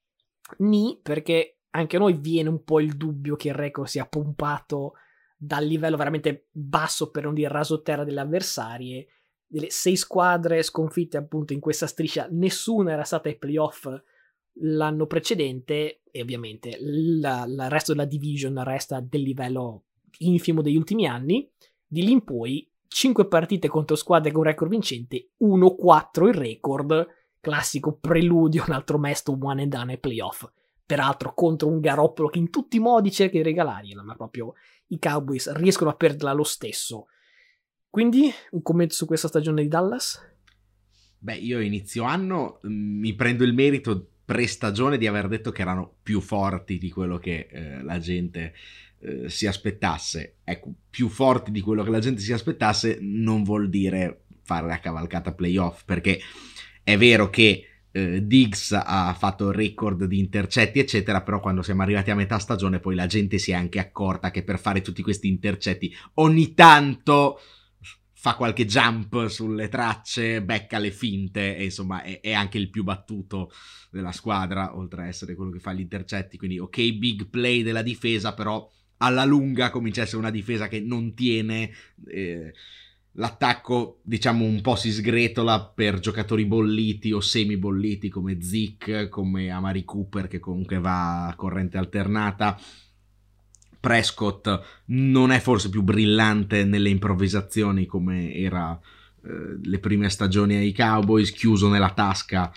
[SPEAKER 2] Ni, perché anche a noi viene un po' il dubbio che il record sia pompato dal livello veramente basso, per non dire raso terra, delle avversarie. Delle sei squadre sconfitte appunto in questa striscia, nessuna era stata ai playoff l'anno precedente, e ovviamente la, il resto della division resta del livello infimo degli ultimi anni. Di lì in poi cinque partite contro squadre con record vincente, uno quattro il record, classico preludio a un altro mesto one and done ai playoff, peraltro contro un Garoppolo che in tutti i modi cerca di regalargliela, ma proprio i Cowboys riescono a perderla lo stesso. Quindi un commento su questa stagione di Dallas?
[SPEAKER 1] Beh, io inizio anno mi prendo il merito pre-stagione di aver detto che erano più forti di quello che eh, la gente eh, si aspettasse. Ecco, più forti di quello che la gente si aspettasse non vuol dire fare la cavalcata playoff, perché è vero che eh, Diggs ha fatto il record di intercetti eccetera, però quando siamo arrivati a metà stagione poi la gente si è anche accorta che per fare tutti questi intercetti ogni tanto fa qualche jump sulle tracce, becca le finte, e insomma è, è anche il più battuto della squadra, oltre a essere quello che fa gli intercetti. Quindi ok, big play della difesa, però alla lunga comincia a essere una difesa che non tiene, eh, l'attacco diciamo un po' si sgretola per giocatori bolliti o semi bolliti come Zeke, come Amari Cooper, che comunque va a corrente alternata. Prescott non è forse più brillante nelle improvvisazioni come era eh, le prime stagioni ai Cowboys, chiuso nella tasca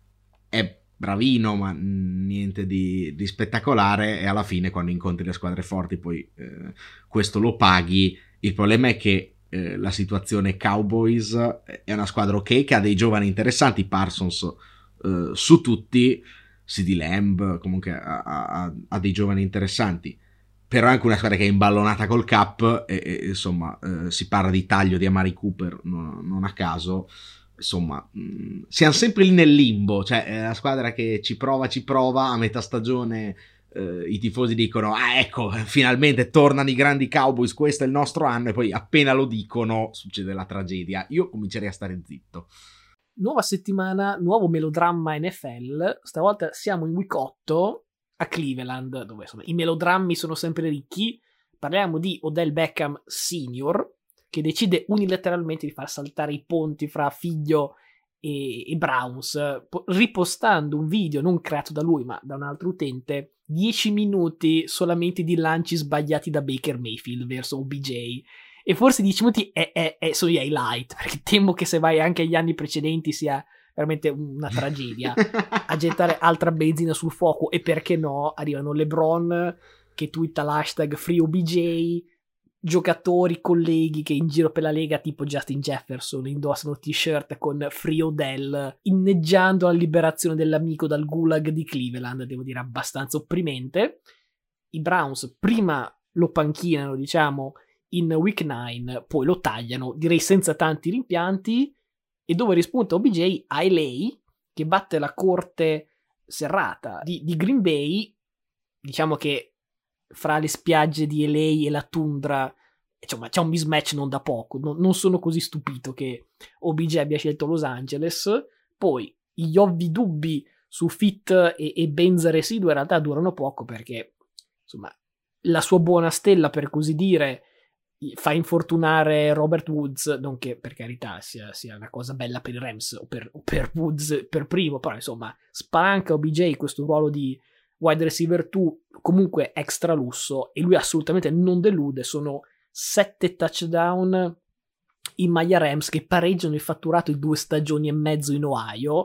[SPEAKER 1] è bravino ma niente di, di spettacolare, e alla fine quando incontri le squadre forti poi eh, questo lo paghi. Il problema è che eh, la situazione Cowboys è una squadra ok che ha dei giovani interessanti, Parsons eh, su tutti, C D Lamb comunque ha, ha, ha dei giovani interessanti, però è anche una squadra che è imballonata col cap e, e insomma eh, si parla di taglio di Amari Cooper non, non a caso. Insomma mh, siamo sempre lì nel limbo, cioè è la squadra che ci prova ci prova a metà stagione eh, i tifosi dicono ah ecco finalmente tornano i grandi Cowboys, questo è il nostro anno, e poi appena lo dicono succede la tragedia. Io comincerei a stare zitto.
[SPEAKER 2] Nuova settimana, nuovo melodramma N F L, stavolta siamo in week otto a Cleveland, dove insomma i melodrammi sono sempre ricchi. Parliamo di Odell Beckham Senior, che decide unilateralmente di far saltare i ponti fra figlio e, e Browns, ripostando un video non creato da lui ma da un altro utente, dieci minuti solamente di lanci sbagliati da Baker Mayfield verso O B J. E forse dieci minuti è, è, è, sono gli highlight, perché temo che se vai anche agli anni precedenti sia veramente una tragedia a gettare altra benzina sul fuoco. E perché no, arrivano LeBron che twitta l'hashtag Free O B J, giocatori, colleghi che in giro per la lega tipo Justin Jefferson indossano t-shirt con Free Odell, inneggiando alla liberazione dell'amico dal gulag di Cleveland. Devo dire abbastanza opprimente. I Browns prima lo panchinano diciamo in week nine, poi lo tagliano direi senza tanti rimpianti, e dove rispunta O B J a L A che batte la corte serrata di, di Green Bay. Diciamo che fra le spiagge di L A e la tundra insomma c'è un mismatch non da poco, non, non sono così stupito che O B J abbia scelto Los Angeles. Poi gli ovvi dubbi su fit e, e benza residua in realtà durano poco, perché insomma la sua buona stella per così dire fa infortunare Robert Woods, non che per carità sia, sia una cosa bella per i Rams o per, o per Woods per primo, però insomma spalanca O B J questo ruolo di wide receiver due comunque extra lusso, e lui assolutamente non delude. Sono sette touchdown in maglia Rams che pareggiano il fatturato di due stagioni e mezzo in Ohio.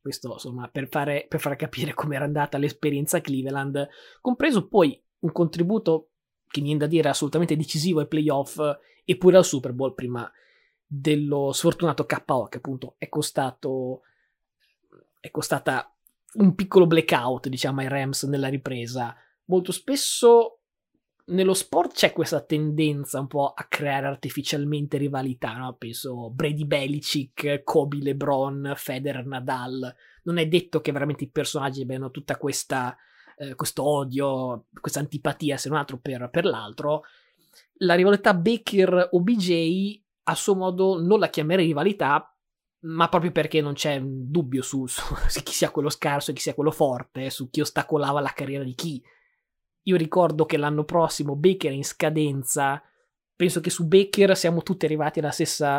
[SPEAKER 2] questo insomma per fare per far capire come era andata l'esperienza a Cleveland, compreso poi un contributo che niente da dire, assolutamente decisivo ai playoff e pure al Super Bowl prima dello sfortunato K O che appunto è costato è costata un piccolo blackout, diciamo, ai Rams nella ripresa. Molto spesso nello sport c'è questa tendenza un po' a creare artificialmente rivalità, no? Penso Brady Belichick, Kobe LeBron, Federer Nadal. Non è detto che veramente i personaggi abbiano tutta questa eh, questo odio, questa antipatia, se non altro per, per l'altro. La rivalità Baker o B J a suo modo non la chiamerei rivalità, ma proprio perché non c'è un dubbio su, su chi sia quello scarso e chi sia quello forte, su chi ostacolava la carriera di chi. Io ricordo che l'anno prossimo Baker è in scadenza, penso che su Baker siamo tutti arrivati alla stessa,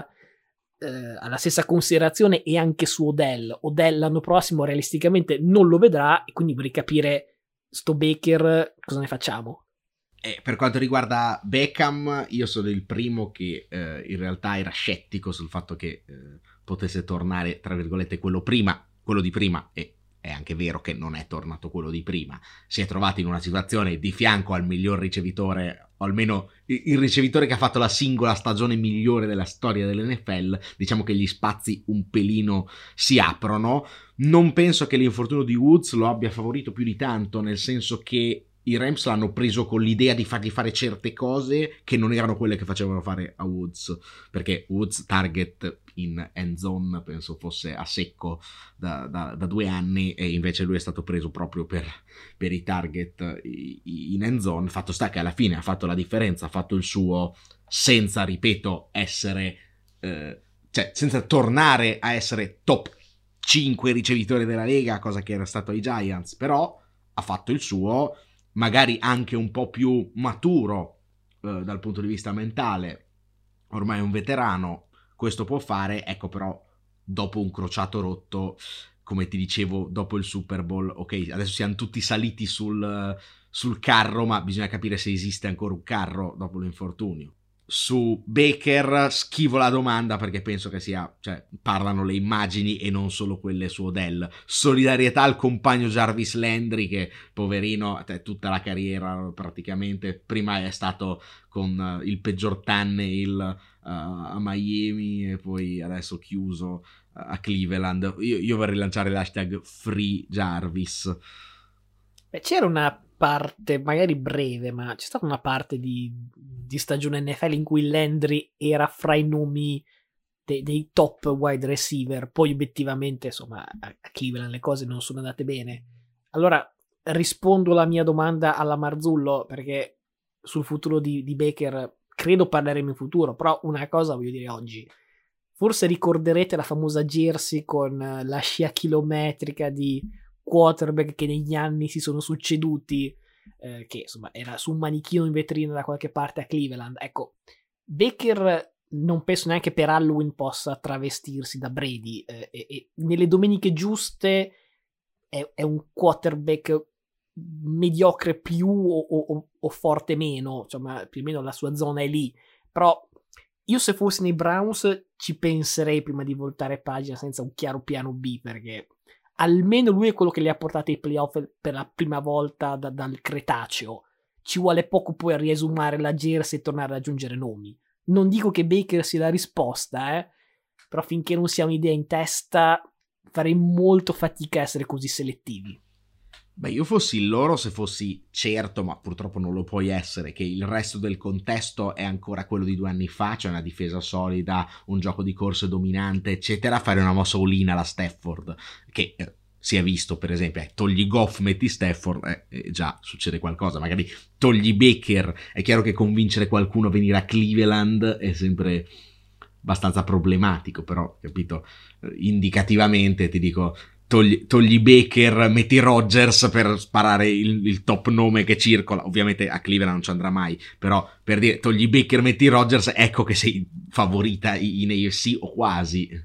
[SPEAKER 2] eh, alla stessa considerazione, e anche su Odell. Odell l'anno prossimo realisticamente non lo vedrà, e quindi vorrei capire sto Baker cosa ne facciamo.
[SPEAKER 1] Eh, per quanto riguarda Beckham, io sono il primo che eh, in realtà era scettico sul fatto che eh, potesse tornare, tra virgolette, quello prima, quello di prima, e è anche vero che non è tornato quello di prima. Si è trovato in una situazione di fianco al miglior ricevitore, o almeno il ricevitore che ha fatto la singola stagione migliore della storia dell'N F L. Diciamo che gli spazi un pelino si aprono. Non penso che l'infortunio di Woods lo abbia favorito più di tanto, nel senso che i Rams l'hanno preso con l'idea di fargli fare certe cose che non erano quelle che facevano fare a Woods, perché Woods target in end zone penso fosse a secco da, da, da due anni, e invece lui è stato preso proprio per, per i target in end zone. Fatto sta che alla fine ha fatto la differenza, ha fatto il suo, senza, ripeto, essere eh, cioè senza tornare a essere top cinque ricevitori della Lega, cosa che era stato ai Giants, però ha fatto il suo, magari anche un po' più maturo eh, dal punto di vista mentale, ormai è un veterano, questo può fare. Ecco, però dopo un crociato rotto, come ti dicevo, dopo il Super Bowl, ok, adesso siamo tutti saliti sul, sul carro, ma bisogna capire se esiste ancora un carro dopo l'infortunio. Su Baker schivo la domanda, perché penso che sia, cioè, parlano le immagini e non solo quelle su Odell. Solidarietà al compagno Jarvis Landry, che poverino, tutta la carriera praticamente, prima è stato con uh, il peggior Tannehill uh, a Miami e poi adesso chiuso uh, a Cleveland. Io, io vorrei lanciare l'hashtag Free Jarvis.
[SPEAKER 2] Beh, c'era una parte magari breve, ma c'è stata una parte di, di stagione N F L in cui Landry era fra i nomi dei, dei top wide receiver. Poi obiettivamente, insomma, a, a Cleveland le cose non sono andate bene. Allora rispondo alla mia domanda alla Marzullo, perché sul futuro di, di Baker credo parleremo in futuro, però una cosa voglio dire oggi: forse ricorderete la famosa jersey con la scia chilometrica di quarterback che negli anni si sono succeduti, eh, che insomma era su un manichino in vetrina da qualche parte a Cleveland. Ecco, Baker non penso neanche per Halloween possa travestirsi da Brady, eh, e, e nelle domeniche giuste è, è un quarterback mediocre più o, o, o forte meno, insomma più o meno la sua zona è lì. Però io, se fossi nei Browns, ci penserei prima di voltare pagina senza un chiaro piano B, perché almeno lui è quello che li ha portati ai playoff per la prima volta da, dal Cretaceo. Ci vuole poco poi a riesumare la jersey e tornare ad aggiungere nomi. Non dico che Baker sia la risposta, eh, però finché non si ha un'idea in testa farei molto fatica a essere così selettivi.
[SPEAKER 1] Beh, io fossi loro, se fossi certo, ma purtroppo non lo puoi essere, che il resto del contesto è ancora quello di due anni fa, cioè una difesa solida, un gioco di corse dominante, eccetera, fare una mossa all-in alla Stafford, che eh, si è visto, per esempio, eh, togli Goff, metti Stafford, eh, eh, già succede qualcosa. Magari togli Baker, è chiaro che convincere qualcuno a venire a Cleveland è sempre abbastanza problematico, però, capito, eh, indicativamente ti dico: Togli, togli Baker, metti Rodgers per sparare il, il top nome che circola. Ovviamente a Cleveland non ci andrà mai, però per dire togli Baker, metti Rodgers, ecco che sei favorita in A F C o quasi.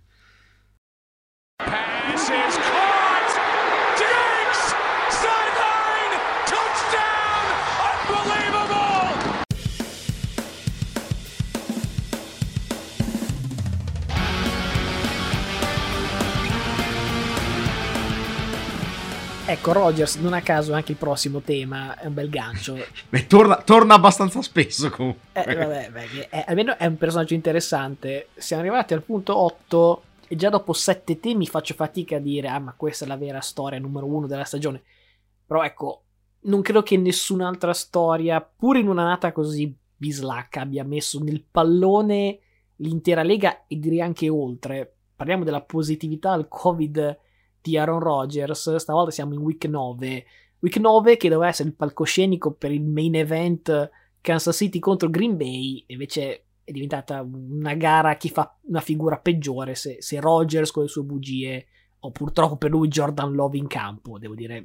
[SPEAKER 2] ecco, Rodgers, non a caso anche il prossimo tema è un bel gancio.
[SPEAKER 1] Beh, torna, torna abbastanza spesso comunque.
[SPEAKER 2] Eh, vabbè, beh, è, almeno è un personaggio interessante. Siamo arrivati al punto otto e già dopo sette temi faccio fatica a dire ah, ma questa è la vera storia numero uno della stagione. Però ecco, non credo che nessun'altra storia, pur in una nata così bislacca, abbia messo nel pallone l'intera lega e direi anche oltre. Parliamo della positività al Covid di Aaron Rodgers. Stavolta siamo in week nove. Week nove che doveva essere il palcoscenico per il main event Kansas City contro Green Bay, invece è diventata una gara a chi fa una figura peggiore, se, se Rodgers con le sue bugie o purtroppo per lui Jordan Love in campo. Devo dire,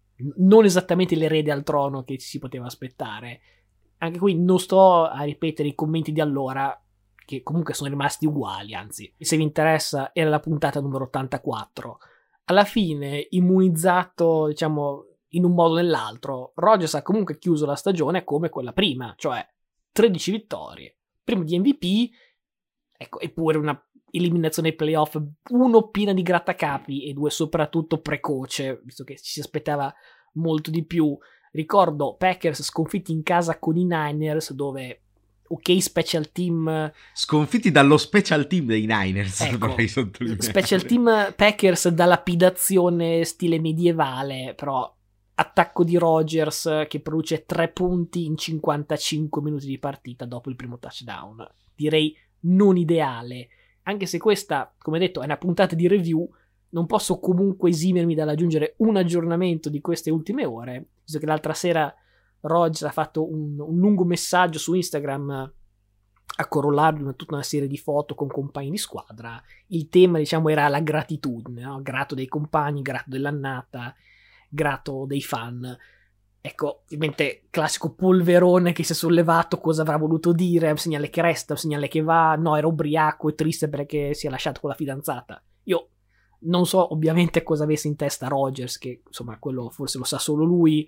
[SPEAKER 2] non esattamente l'erede al trono che ci si poteva aspettare. Anche qui non sto a ripetere i commenti di allora, che comunque sono rimasti uguali, anzi, se vi interessa era la puntata numero ottantaquattro. Alla fine, immunizzato, diciamo, in un modo o nell'altro, Rodgers ha comunque chiuso la stagione come quella prima, cioè tredici vittorie, primo di M V P, ecco, eppure una eliminazione ai playoff, uno piena di grattacapi e due soprattutto precoce, visto che ci si aspettava molto di più. Ricordo Packers sconfitti in casa con i Niners, dove ok special team
[SPEAKER 1] sconfitti dallo special team dei Niners,
[SPEAKER 2] ecco, special team Packers da lapidazione stile medievale, però attacco di Rodgers che produce tre punti in cinquantacinque minuti di partita dopo il primo touchdown, direi non ideale, anche se questa, come detto, è una puntata di review. Non posso comunque esimermi dall'aggiungere un aggiornamento di queste ultime ore, visto che l'altra sera Rodgers ha fatto un, un lungo messaggio su Instagram a corollarlo una, tutta una serie di foto con compagni di squadra. Il tema, diciamo, era la gratitudine, no? Grato dei compagni, grato dell'annata, grato dei fan. Ecco, ovviamente classico polverone che si è sollevato, cosa avrà voluto dire, un segnale che resta, un segnale che va, no, era ubriaco e triste perché si è lasciato con la fidanzata. Io non so ovviamente cosa avesse in testa Rodgers, che insomma quello forse lo sa solo lui,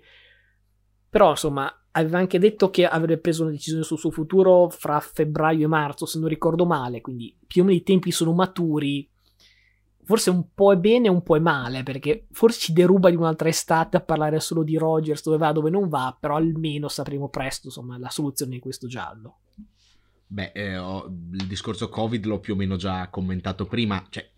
[SPEAKER 2] però insomma aveva anche detto che avrebbe preso una decisione sul suo futuro fra febbraio e marzo, se non ricordo male, quindi più o meno i tempi sono maturi. Forse un po' è bene e un po' è male, perché forse ci deruba di un'altra estate a parlare solo di Rodgers, dove va, dove non va, però almeno sapremo presto insomma la soluzione di questo giallo.
[SPEAKER 1] Beh, eh, ho, il discorso Covid l'ho più o meno già commentato prima, cioè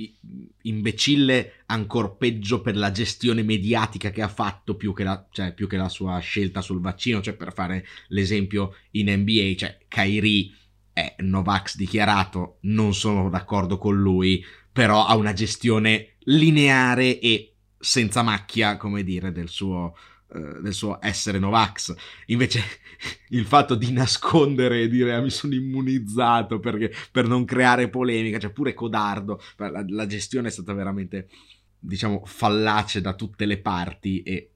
[SPEAKER 1] imbecille ancor peggio per la gestione mediatica che ha fatto più che la, cioè, più che la sua scelta sul vaccino. Cioè, per fare l'esempio in N B A, cioè Kyrie è Novax dichiarato, non sono d'accordo con lui, però ha una gestione lineare e senza macchia, come dire, del suo... del suo essere Novax. Invece il fatto di nascondere e dire ah, mi sono immunizzato perché, per non creare polemica, cioè pure codardo, la, la gestione è stata veramente, diciamo, fallace da tutte le parti e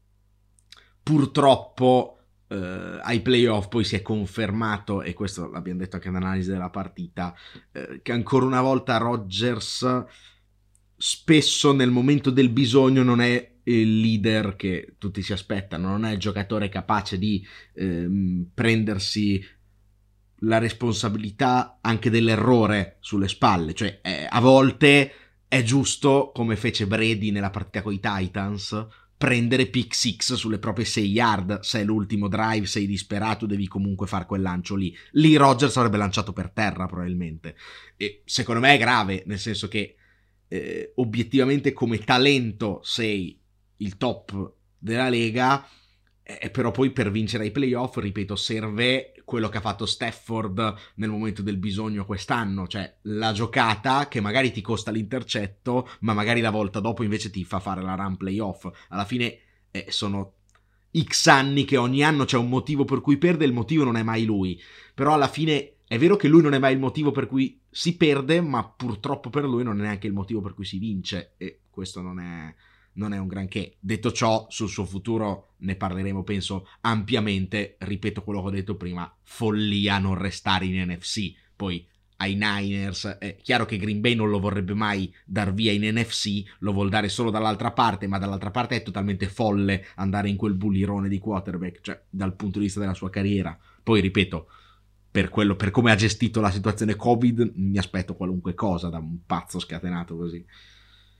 [SPEAKER 1] purtroppo eh, ai playoff poi si è confermato, e questo l'abbiamo detto anche nell'analisi della partita, eh, che ancora una volta Rodgers spesso nel momento del bisogno non è il leader che tutti si aspettano, non è il giocatore capace di ehm, prendersi la responsabilità anche dell'errore sulle spalle, cioè eh, a volte è giusto, come fece Brady nella partita con i Titans, prendere pick six sulle proprie sei yard. Se è l'ultimo drive, sei disperato, devi comunque fare quel lancio lì. Lì Rodgers avrebbe lanciato per terra probabilmente, e secondo me è grave, nel senso che eh, obiettivamente come talento sei il top della lega, eh, però poi per vincere ai playoff, ripeto, serve quello che ha fatto Stafford nel momento del bisogno quest'anno, cioè la giocata che magari ti costa l'intercetto, ma magari la volta dopo invece ti fa fare la run playoff. Alla fine eh, sono X anni che ogni anno c'è un motivo per cui perde, il motivo non è mai lui, però alla fine è vero che lui non è mai il motivo per cui si perde, ma purtroppo per lui non è neanche il motivo per cui si vince, e questo non è... non è un granché. Detto ciò, sul suo futuro ne parleremo penso ampiamente. Ripeto quello che ho detto prima, follia non restare in N F C. Poi ai Niners è chiaro che Green Bay non lo vorrebbe mai dar via in N F C, lo vuol dare solo dall'altra parte, ma dall'altra parte è totalmente folle andare in quel bullirone di quarterback, cioè dal punto di vista della sua carriera. Poi ripeto, per quello, per come ha gestito la situazione Covid, mi aspetto qualunque cosa da un pazzo scatenato così.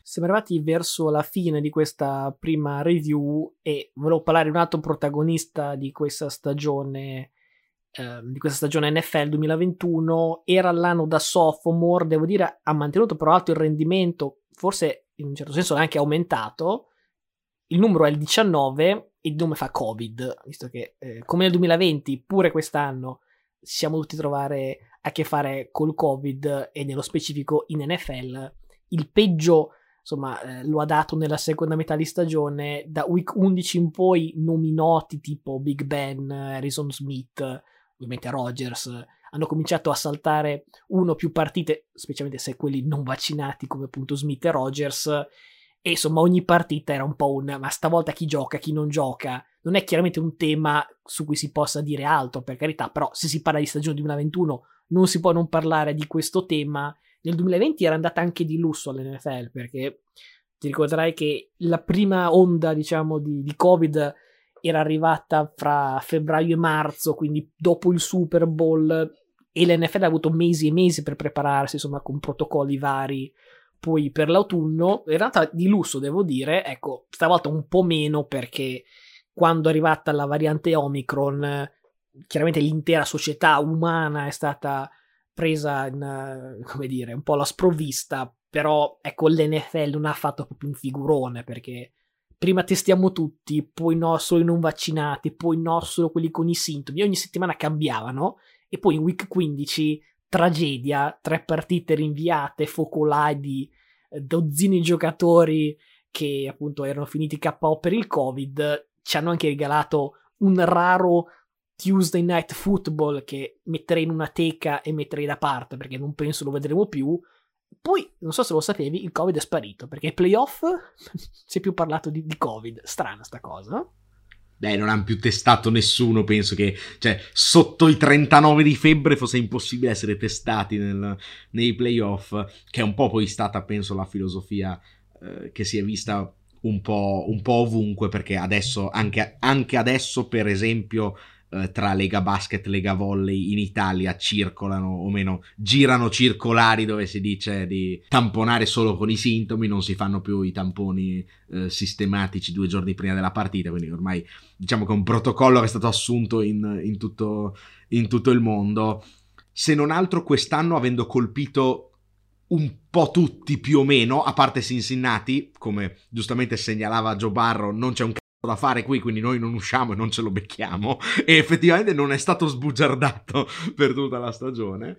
[SPEAKER 2] Siamo arrivati verso la fine di questa prima review e volevo parlare di un altro protagonista di questa stagione eh, di questa stagione N F L duemilaventuno. Era l'anno da sophomore, devo dire ha mantenuto però alto il rendimento, forse in un certo senso l'ha anche aumentato. Il numero è il diciannove e il nome fa Covid, visto che eh, come nel duemilaventi pure quest'anno siamo dovuti trovare a che fare col Covid e nello specifico in N F L. Il peggio insomma eh, lo ha dato nella seconda metà di stagione. Da week undici in poi nomi noti tipo Big Ben, Harrison Smith, ovviamente Rodgers hanno cominciato a saltare uno o più partite, specialmente se quelli non vaccinati come appunto Smith e Rodgers, e insomma ogni partita era un po' un ma stavolta chi gioca, chi non gioca. Non è chiaramente un tema su cui si possa dire altro, per carità, però se si parla di stagione duemilaventuno non si può non parlare di questo tema. Nel duemilaventi era andata anche di lusso all'N F L, perché ti ricorderai che la prima onda, diciamo, di, di Covid era arrivata fra febbraio e marzo, quindi dopo il Super Bowl, e l'N F L ha avuto mesi e mesi per prepararsi, insomma, con protocolli vari. Poi per l'autunno era andata di lusso, devo dire, ecco, stavolta un po' meno, perché quando è arrivata la variante Omicron, chiaramente l'intera società umana è stata presa in, come dire, un po' alla sprovvista, però ecco l'N F L non ha fatto proprio un figurone, perché prima testiamo tutti, poi no solo i non vaccinati, poi no solo quelli con i sintomi, ogni settimana cambiavano, e poi in week quindici tragedia, tre partite rinviate, focolai di dozzine di giocatori che appunto erano finiti K O per il Covid. Ci hanno anche regalato un raro Tuesday Night Football che metterei in una teca e metterei da parte, perché non penso lo vedremo più. Poi, non so se lo sapevi, il Covid è sparito, perché ai playoff si è più parlato di, di Covid. Strana sta cosa, no?
[SPEAKER 1] Beh, non hanno più testato nessuno, penso che, cioè, sotto i trentanove di febbre fosse impossibile essere testati nel, nei playoff, che è un po' poi stata, penso, la filosofia eh, che si è vista un po', un po' ovunque, perché adesso, anche, anche adesso, per esempio, eh, tra Lega Basket e Lega Volley in Italia circolano, o meno, girano circolari dove si dice di tamponare solo con i sintomi, non si fanno più i tamponi eh, sistematici due giorni prima della partita, quindi ormai diciamo che è un protocollo che è stato assunto in, in, tutto, in tutto il mondo. Se non altro quest'anno, avendo colpito un po' tutti più o meno, a parte Cincinnati, come giustamente segnalava Joe Burrow, non c'è un cazzo da fare qui, quindi noi non usciamo e non ce lo becchiamo, e effettivamente non è stato sbugiardato per tutta la stagione.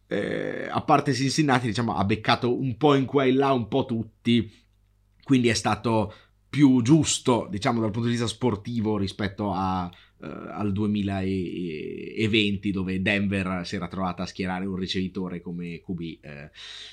[SPEAKER 1] Eh, a parte Cincinnati, diciamo, ha beccato un po' in qua e là, un po' tutti, quindi è stato più giusto, diciamo, dal punto di vista sportivo rispetto a Uh, al duemilaventi, dove Denver si era trovata a schierare un ricevitore come Q B. Eh,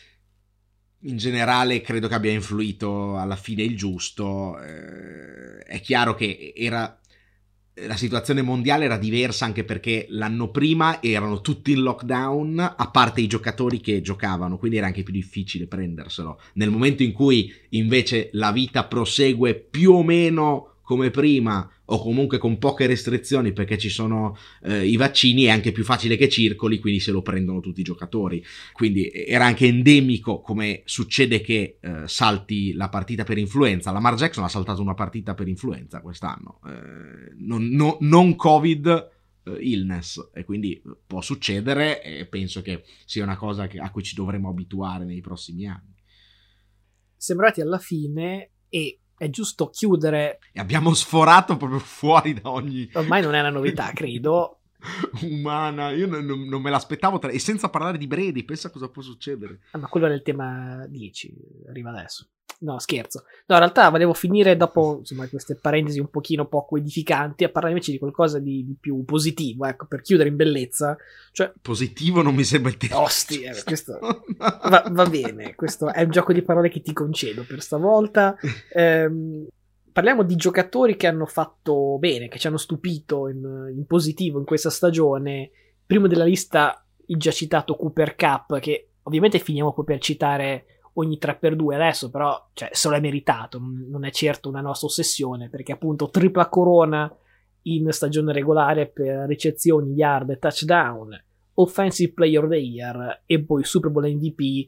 [SPEAKER 1] in generale credo che abbia influito alla fine il giusto. Eh, è chiaro che era la situazione mondiale era diversa, anche perché l'anno prima erano tutti in lockdown, a parte i giocatori che giocavano, quindi era anche più difficile prenderselo. Nel momento in cui invece la vita prosegue più o meno come prima, o comunque con poche restrizioni perché ci sono eh, i vaccini, è anche più facile che circoli, quindi se lo prendono tutti i giocatori. Quindi era anche endemico, come succede che eh, salti la partita per influenza. Lamar Jackson ha saltato una partita per influenza quest'anno, eh, non, no, non Covid eh, illness, e quindi può succedere, e penso che sia una cosa che, a cui ci dovremo abituare nei prossimi anni.
[SPEAKER 2] Sembrati alla fine, e è giusto chiudere.
[SPEAKER 1] E abbiamo sforato proprio fuori da ogni...
[SPEAKER 2] Ormai non è una novità, credo.
[SPEAKER 1] Umana, io non, non, non me l'aspettavo. Tra... E senza parlare di Brady, pensa cosa può succedere.
[SPEAKER 2] Ah, ma quello era il tema dieci, arriva adesso. No, scherzo. No, in realtà volevo finire dopo, insomma, queste parentesi un pochino poco edificanti, a parlare invece di qualcosa di, di più positivo, ecco, per chiudere in bellezza. Cioè,
[SPEAKER 1] positivo non mi sembra il termine.
[SPEAKER 2] Osti, eh, questo va, va bene, questo è un gioco di parole che ti concedo per stavolta. Ehm, parliamo di giocatori che hanno fatto bene, che ci hanno stupito in, in positivo in questa stagione. Primo della lista il già citato Cooper Kupp, che ovviamente finiamo poi per citare ogni tre per due adesso, però cioè, se lo è meritato, non è certo una nostra ossessione, perché appunto tripla corona in stagione regolare per ricezioni, yard e touchdown, offensive player of the year e poi Super Bowl M V P.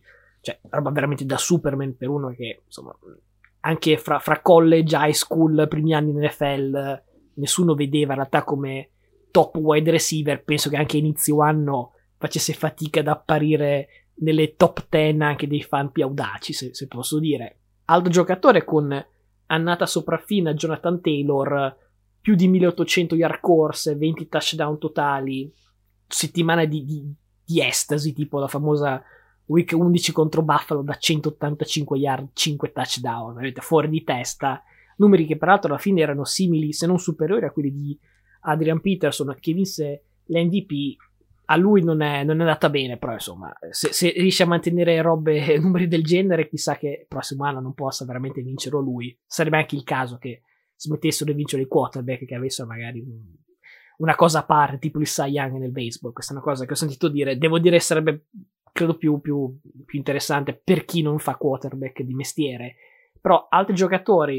[SPEAKER 2] cioè roba veramente da Superman per uno che insomma anche fra, fra college, high school, primi anni in N F L nessuno vedeva in realtà come top wide receiver. Penso che anche inizio anno facesse fatica ad apparire nelle top dieci anche dei fan più audaci, se, se posso dire. Altro giocatore con annata sopraffina, Jonathan Taylor, più di milleottocento yard corse, venti touchdown totali, settimana di, di, di estasi, tipo la famosa week undici contro Buffalo da centottantacinque yard, cinque touchdown, veramente fuori di testa, numeri che peraltro alla fine erano simili se non superiori a quelli di Adrian Peterson, che vinse l'M V P. A lui non è, non è andata bene, però insomma, se, se riesce a mantenere robe, numeri del genere, chissà che il prossimo anno non possa veramente vincerlo lui. Sarebbe anche il caso che smettessero di vincere i quarterback, che avessero magari un, una cosa a parte, tipo il Cy Young nel baseball. Questa è una cosa che ho sentito dire, devo dire sarebbe, credo, più, più, più interessante per chi non fa quarterback di mestiere. Però altri giocatori,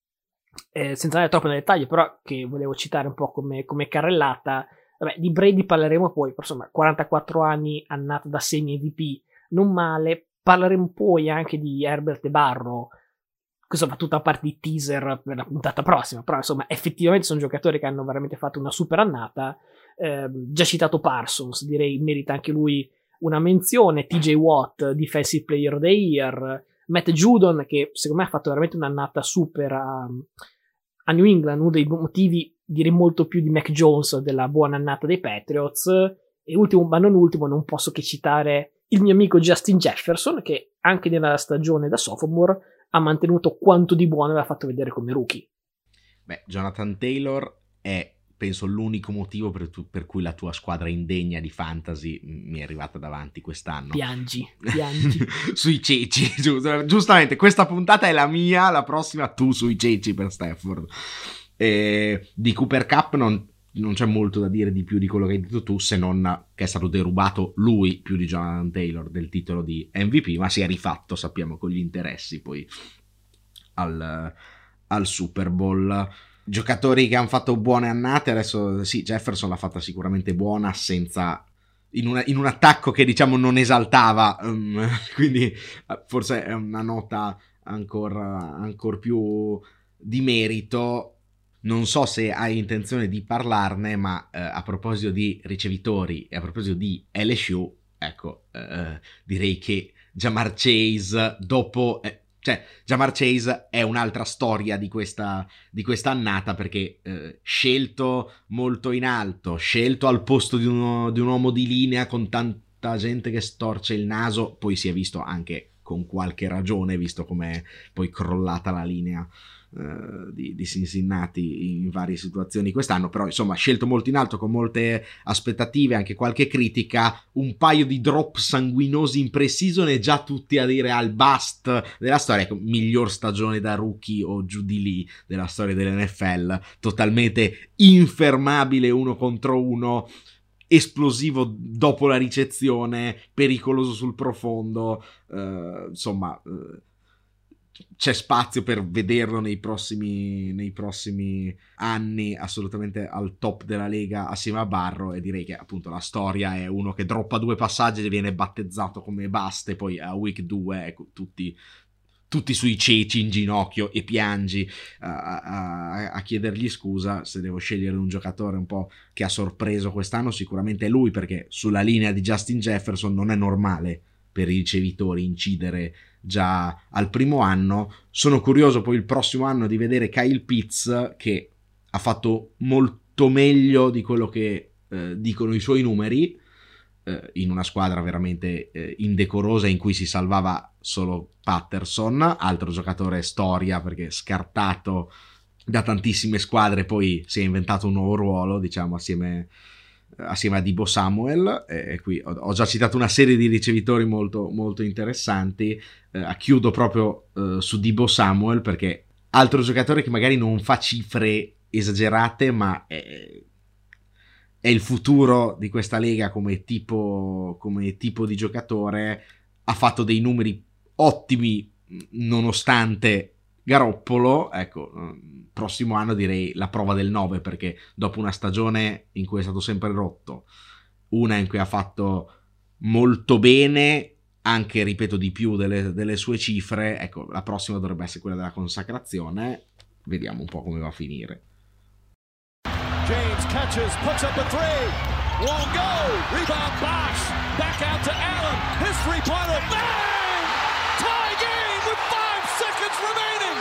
[SPEAKER 2] eh, senza andare troppo nei dettagli, però che volevo citare un po' come, come carrellata. Vabbè, di Brady parleremo poi, però insomma, quarantaquattro anni, annata da semi M V P, non male. Parleremo poi anche di Herbert e Barrow, questa va tutta a parte di teaser per la puntata prossima, però insomma, effettivamente sono giocatori che hanno veramente fatto una super annata. Eh, già citato Parsons, direi merita anche lui una menzione. T J Watt, Defensive Player of the Year. Matt Judon, che secondo me ha fatto veramente un'annata super a, a New England, uno dei motivi, direi molto più di Mac Jones, della buona annata dei Patriots. E ultimo ma non ultimo, non posso che citare il mio amico Justin Jefferson, che anche nella stagione da sophomore ha mantenuto quanto di buono aveva fatto vedere come rookie.
[SPEAKER 1] Beh, Jonathan Taylor è, penso, l'unico motivo per, tu, per cui la tua squadra indegna di fantasy mi è arrivata davanti quest'anno.
[SPEAKER 2] Piangi, piangi.
[SPEAKER 1] Sui ceci, giust- giustamente, questa puntata è la mia, la prossima tu sui ceci per Stafford. E di Cooper Cup non, non c'è molto da dire di più di quello che hai detto tu, se non che è stato derubato lui più di Jonathan Taylor del titolo di M V P, ma si è rifatto, sappiamo, con gli interessi poi al, al Super Bowl. Giocatori che hanno fatto buone annate, adesso sì, Jefferson l'ha fatta sicuramente buona, senza in, una, in un attacco che diciamo non esaltava, um, quindi forse è una nota ancora ancor più di merito. Non so se hai intenzione di parlarne, ma eh, a proposito di ricevitori e a proposito di L S U, ecco, eh, direi che Ja'Marr Chase dopo... Eh, cioè, Ja'Marr Chase è un'altra storia di questa, di questa annata, perché eh, scelto molto in alto, scelto al posto di, uno, di un uomo di linea con tanta gente che storce il naso, poi si è visto anche con qualche ragione, visto com'è poi crollata la linea Uh, di, di Cincinnati in varie situazioni quest'anno, però insomma scelto molto in alto con molte aspettative, anche qualche critica, un paio di drop sanguinosi in pre-season e già tutti a dire al bust della storia, ecco, miglior stagione da rookie o giù di lì della storia dell'N F L, totalmente infermabile uno contro uno, esplosivo dopo la ricezione, pericoloso sul profondo, uh, insomma uh, c'è spazio per vederlo nei prossimi, nei prossimi anni assolutamente al top della Lega assieme a Barrow, e direi che appunto la storia è uno che droppa due passaggi e viene battezzato come basta, e poi a week due ecco, tutti, tutti sui ceci in ginocchio e piangi a, a, a chiedergli scusa. Se devo scegliere un giocatore un po' che ha sorpreso quest'anno, sicuramente è lui, perché sulla linea di Justin Jefferson non è normale per i ricevitori incidere già al primo anno. Sono curioso poi il prossimo anno di vedere Kyle Pitts, che ha fatto molto meglio di quello che eh, dicono i suoi numeri, eh, in una squadra veramente eh, indecorosa in cui si salvava solo Patterson, altro giocatore storia perché scartato da tantissime squadre, poi si è inventato un nuovo ruolo, diciamo, assieme assieme a Deebo Samuel. E qui ho, ho già citato una serie di ricevitori molto, molto interessanti. Eh, chiudo proprio eh, su Deebo Samuel, perché altro giocatore che magari non fa cifre esagerate, ma è, è il futuro di questa lega come tipo, come tipo di giocatore. Ha fatto dei numeri ottimi nonostante Garoppolo. Ecco, prossimo anno direi la prova del nove, perché dopo una stagione in cui è stato sempre rotto, una in cui ha fatto molto bene, anche, ripeto, di più delle, delle sue cifre. Ecco, la prossima dovrebbe essere quella della consacrazione. Vediamo un po' come va a finire.
[SPEAKER 4] James catches, puts up a three, won't go, rebound Bosh, back out to Allen, his three-pointer, bang! Tie game with five seconds remaining!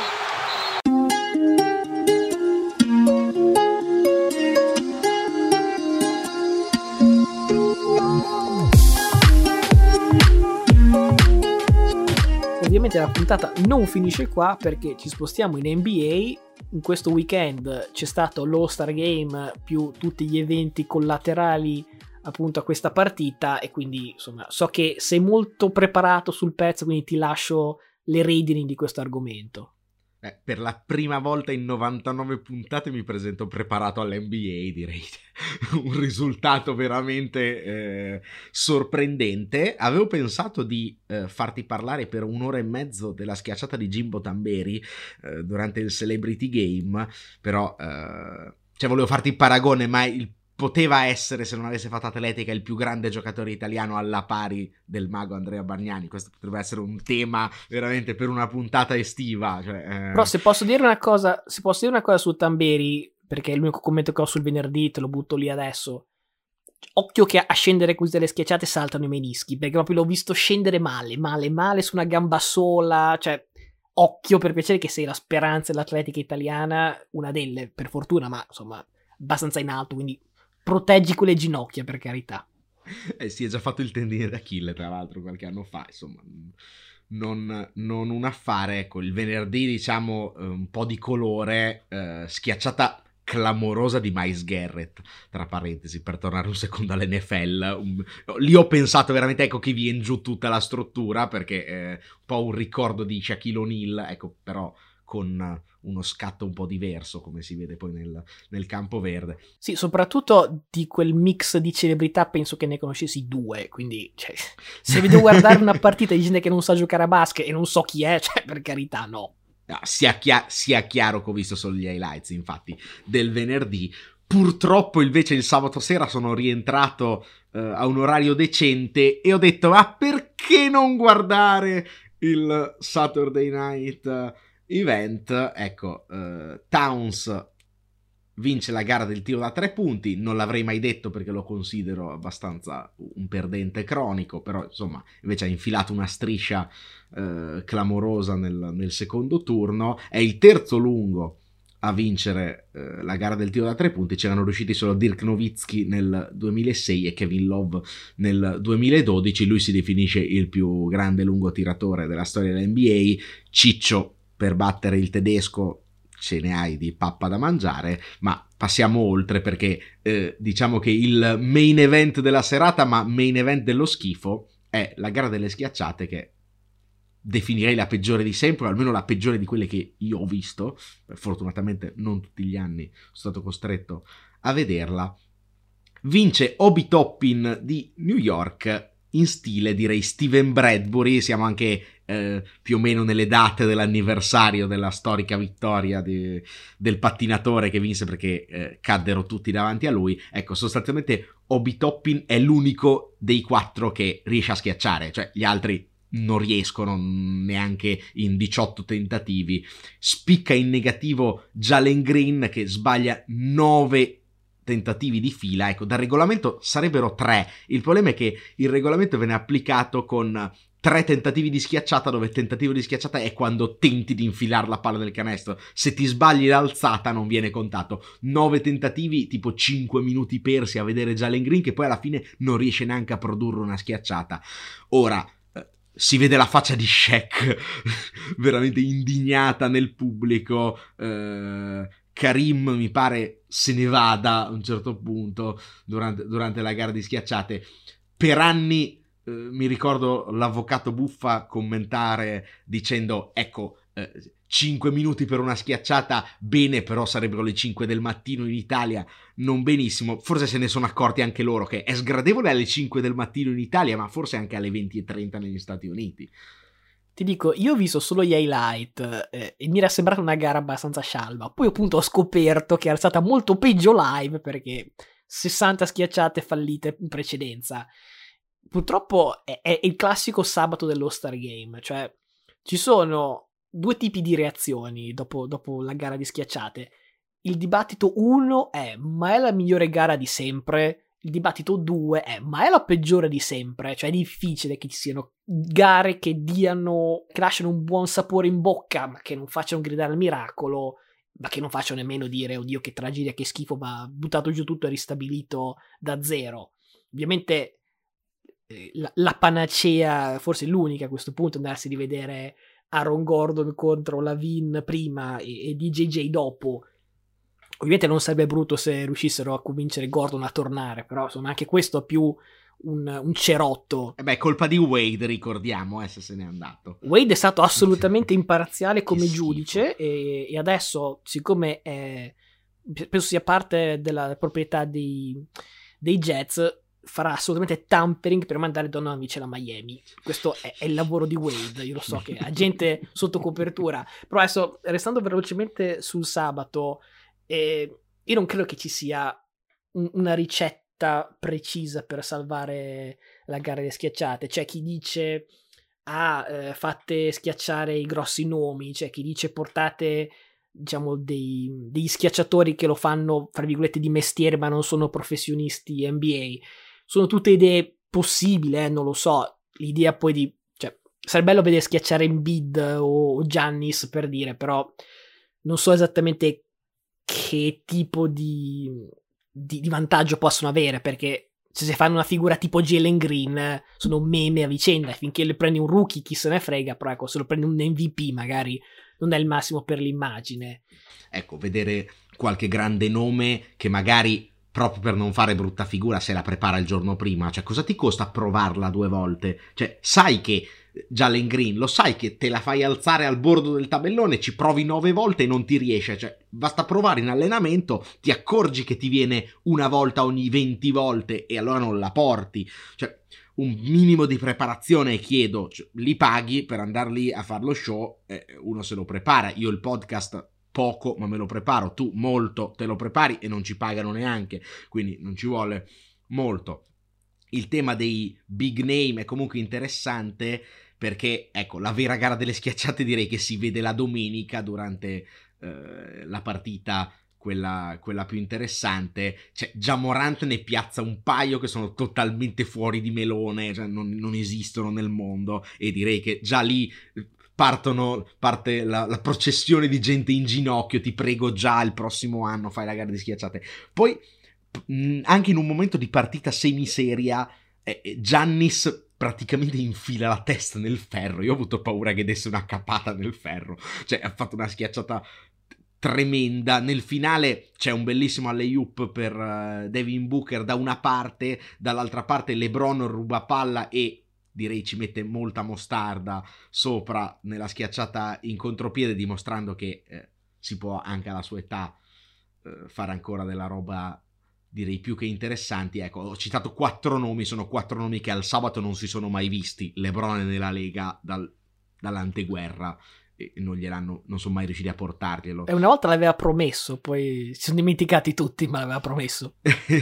[SPEAKER 2] Ovviamente la puntata non finisce qua, perché ci spostiamo in N B A. In questo weekend c'è stato l'All-Star Game più tutti gli eventi collaterali appunto a questa partita, e quindi insomma so che sei molto preparato sul pezzo, quindi ti lascio le redini di questo argomento.
[SPEAKER 1] Eh, per la prima volta in novantanove puntate mi presento preparato all'N B A, direi. Un risultato veramente eh, sorprendente. Avevo pensato di eh, farti parlare per un'ora e mezzo della schiacciata di Jimbo Tamberi eh, durante il Celebrity Game, però eh, cioè volevo farti il paragone, ma il poteva essere, se non avesse fatto atletica, il più grande giocatore italiano alla pari del mago Andrea Bargnani. Questo potrebbe essere un tema veramente per una puntata estiva. Cioè, eh...
[SPEAKER 2] Però se posso dire una cosa, se posso dire una cosa su Tamberi, perché è l'unico commento che ho sul venerdì, te lo butto lì adesso. Occhio che a scendere così dalle schiacciate saltano i menischi, perché proprio l'ho visto scendere male, male, male su una gamba sola. Cioè, occhio, per piacere, che sei la speranza dell'atletica italiana, una delle, per fortuna, ma insomma abbastanza in alto, quindi proteggi quelle ginocchia, per carità.
[SPEAKER 1] Eh, si è già fatto il tendine d'Achille, tra l'altro, qualche anno fa, insomma, non, non un affare. Ecco, il venerdì, diciamo, un po' di colore, eh, schiacciata clamorosa di Myles Garrett, tra parentesi, per tornare un secondo all'N F L. Un, lì ho pensato veramente, ecco, che viene giù tutta la struttura, perché è un po' un ricordo di Shaquille O'Neal, ecco, però con uno scatto un po' diverso, come si vede poi nel, nel campo verde.
[SPEAKER 2] Sì, soprattutto di quel mix di celebrità penso che ne conoscessi due, quindi cioè, se vedo guardare una partita di gente che non sa giocare a basket e non so chi è, cioè, per carità, no.
[SPEAKER 1] no sia, chia- sia chiaro che ho visto solo gli highlights, infatti, del venerdì. Purtroppo invece il sabato sera sono rientrato uh, a un orario decente e ho detto, ma perché non guardare il Saturday Night Event? Ecco, uh, Towns vince la gara del tiro da tre punti. Non l'avrei mai detto, perché lo considero abbastanza un perdente cronico, però insomma invece ha infilato una striscia uh, clamorosa nel, nel secondo turno. È il terzo lungo a vincere uh, la gara del tiro da tre punti. C'erano riusciti solo Dirk Nowitzki nel duemilasei e Kevin Love nel duemiladodici. Lui si definisce il più grande lungo tiratore della storia dell'N B A. Ciccio, per battere il tedesco ce ne hai di pappa da mangiare, ma passiamo oltre, perché eh, diciamo che il main event della serata, ma main event dello schifo, è la gara delle schiacciate, che definirei la peggiore di sempre, o almeno la peggiore di quelle che io ho visto. Fortunatamente non tutti gli anni sono stato costretto a vederla. Vince Obi Toppin di New York in stile, direi, Steven Bradbury. Siamo anche eh, più o meno nelle date dell'anniversario della storica vittoria di, del pattinatore che vinse, perché eh, caddero tutti davanti a lui. Ecco, sostanzialmente Obi Toppin è l'unico dei quattro che riesce a schiacciare, cioè gli altri non riescono neanche in diciotto tentativi. Spicca in negativo Jalen Green, che sbaglia nove tentativi di fila. Ecco, dal regolamento sarebbero tre. Il problema è che il regolamento viene applicato con tre tentativi di schiacciata, dove il tentativo di schiacciata è quando tenti di infilare la palla nel canestro. Se ti sbagli l'alzata non viene contato. Nove tentativi, tipo cinque minuti persi a vedere Jalen Green, che poi alla fine non riesce neanche a produrre una schiacciata. Ora eh, si vede la faccia di Shaq veramente indignata nel pubblico. eh, Karim mi pare se ne vada a un certo punto durante, durante la gara di schiacciate. Per anni eh, mi ricordo l'avvocato Buffa commentare dicendo, ecco, eh, cinque minuti per una schiacciata, bene, però sarebbero le cinque del mattino in Italia, non benissimo. Forse se ne sono accorti anche loro che è sgradevole alle cinque del mattino in Italia, ma forse anche alle venti e trenta negli Stati Uniti.
[SPEAKER 2] Ti dico, io ho visto solo gli highlight eh, e mi era sembrata una gara abbastanza scialba. Poi appunto ho scoperto che era stata molto peggio live, perché sessanta schiacciate fallite in precedenza. purtroppo è, è il classico sabato dello Star Game, cioè ci sono due tipi di reazioni dopo, dopo la gara di schiacciate. Il dibattito uno è: ma è la migliore gara di sempre? Il dibattito due è: ma è la peggiore di sempre? Cioè è difficile che ci siano gare che diano, che lasciano un buon sapore in bocca, ma che non facciano gridare al miracolo, ma che non facciano nemmeno dire oddio che tragedia, che schifo, va buttato giù tutto e ristabilito da zero. Ovviamente eh, la, la panacea, forse l'unica a questo punto, è andarsi a rivedere Aaron Gordon contro Lavin prima e, e D J J dopo. Ovviamente non sarebbe brutto se riuscissero a convincere Gordon a tornare, però insomma anche questo è più un, un cerotto.
[SPEAKER 1] E beh, colpa di Wade, ricordiamo, eh, se se n'è andato.
[SPEAKER 2] Wade è stato assolutamente imparziale come
[SPEAKER 1] Che
[SPEAKER 2] giudice e, e adesso, siccome è, penso sia parte della proprietà dei, dei Jets, farà assolutamente tampering per mandare Donovan alla Miami. Questo è, è il lavoro di Wade, io lo so che ha gente sotto copertura, però adesso, restando velocemente sul sabato, eh, io non credo che ci sia un, una ricetta precisa per salvare la gara delle schiacciate. C'è chi dice ah, eh, fate schiacciare i grossi nomi, c'è chi dice portate, diciamo, dei, degli schiacciatori che lo fanno fra virgolette di mestiere ma non sono professionisti N B A. Sono tutte idee possibili, eh, non lo so. L'idea poi di, cioè, sarebbe bello vedere schiacciare Embiid o Giannis, per dire, però non so esattamente che tipo di, di, di vantaggio possono avere, perché se si fanno una figura tipo Jalen Green sono meme a vicenda, finché le prendi un rookie chi se ne frega, però ecco, se lo prendi un M V P magari non è il massimo per l'immagine.
[SPEAKER 1] Ecco, vedere qualche grande nome che magari proprio per non fare brutta figura se la prepara il giorno prima, cioè cosa ti costa provarla due volte? Cioè sai che Jalen Green, lo sai che te la fai alzare al bordo del tabellone, ci provi nove volte e non ti riesce, cioè basta provare in allenamento, ti accorgi che ti viene una volta ogni venti volte e allora non la porti, cioè un minimo di preparazione chiedo, cioè, li paghi per andar lì a fare lo show, eh, uno se lo prepara. Io il podcast poco ma me lo preparo, tu molto te lo prepari e non ci pagano neanche, quindi non ci vuole molto. Il tema dei big name è comunque interessante perché, ecco, la vera gara delle schiacciate direi che si vede la domenica durante eh, la partita, quella, quella più interessante. Cioè, Ja Morant ne piazza un paio che sono totalmente fuori di melone, cioè non, non esistono nel mondo, e direi che già lì partono, parte la, la processione di gente in ginocchio, ti prego già il prossimo anno fai la gara di schiacciate. Poi mh, anche in un momento di partita semiseria eh, Giannis praticamente infila la testa nel ferro, io ho avuto paura che desse una capata nel ferro, cioè ha fatto una schiacciata tremenda. Nel finale c'è un bellissimo alley-oop per uh, Devin Booker da una parte, dall'altra parte LeBron ruba palla e direi ci mette molta mostarda sopra nella schiacciata in contropiede, dimostrando che eh, si può anche alla sua età eh, fare ancora della roba direi più che interessanti. Ecco, ho citato quattro nomi, sono quattro nomi che al sabato non si sono mai visti. LeBron è nella Lega dal, dall'anteguerra e non gliel'hanno, non sono mai riusciti a portarglielo.
[SPEAKER 2] E una volta l'aveva promesso, poi si sono dimenticati tutti, ma l'aveva promesso.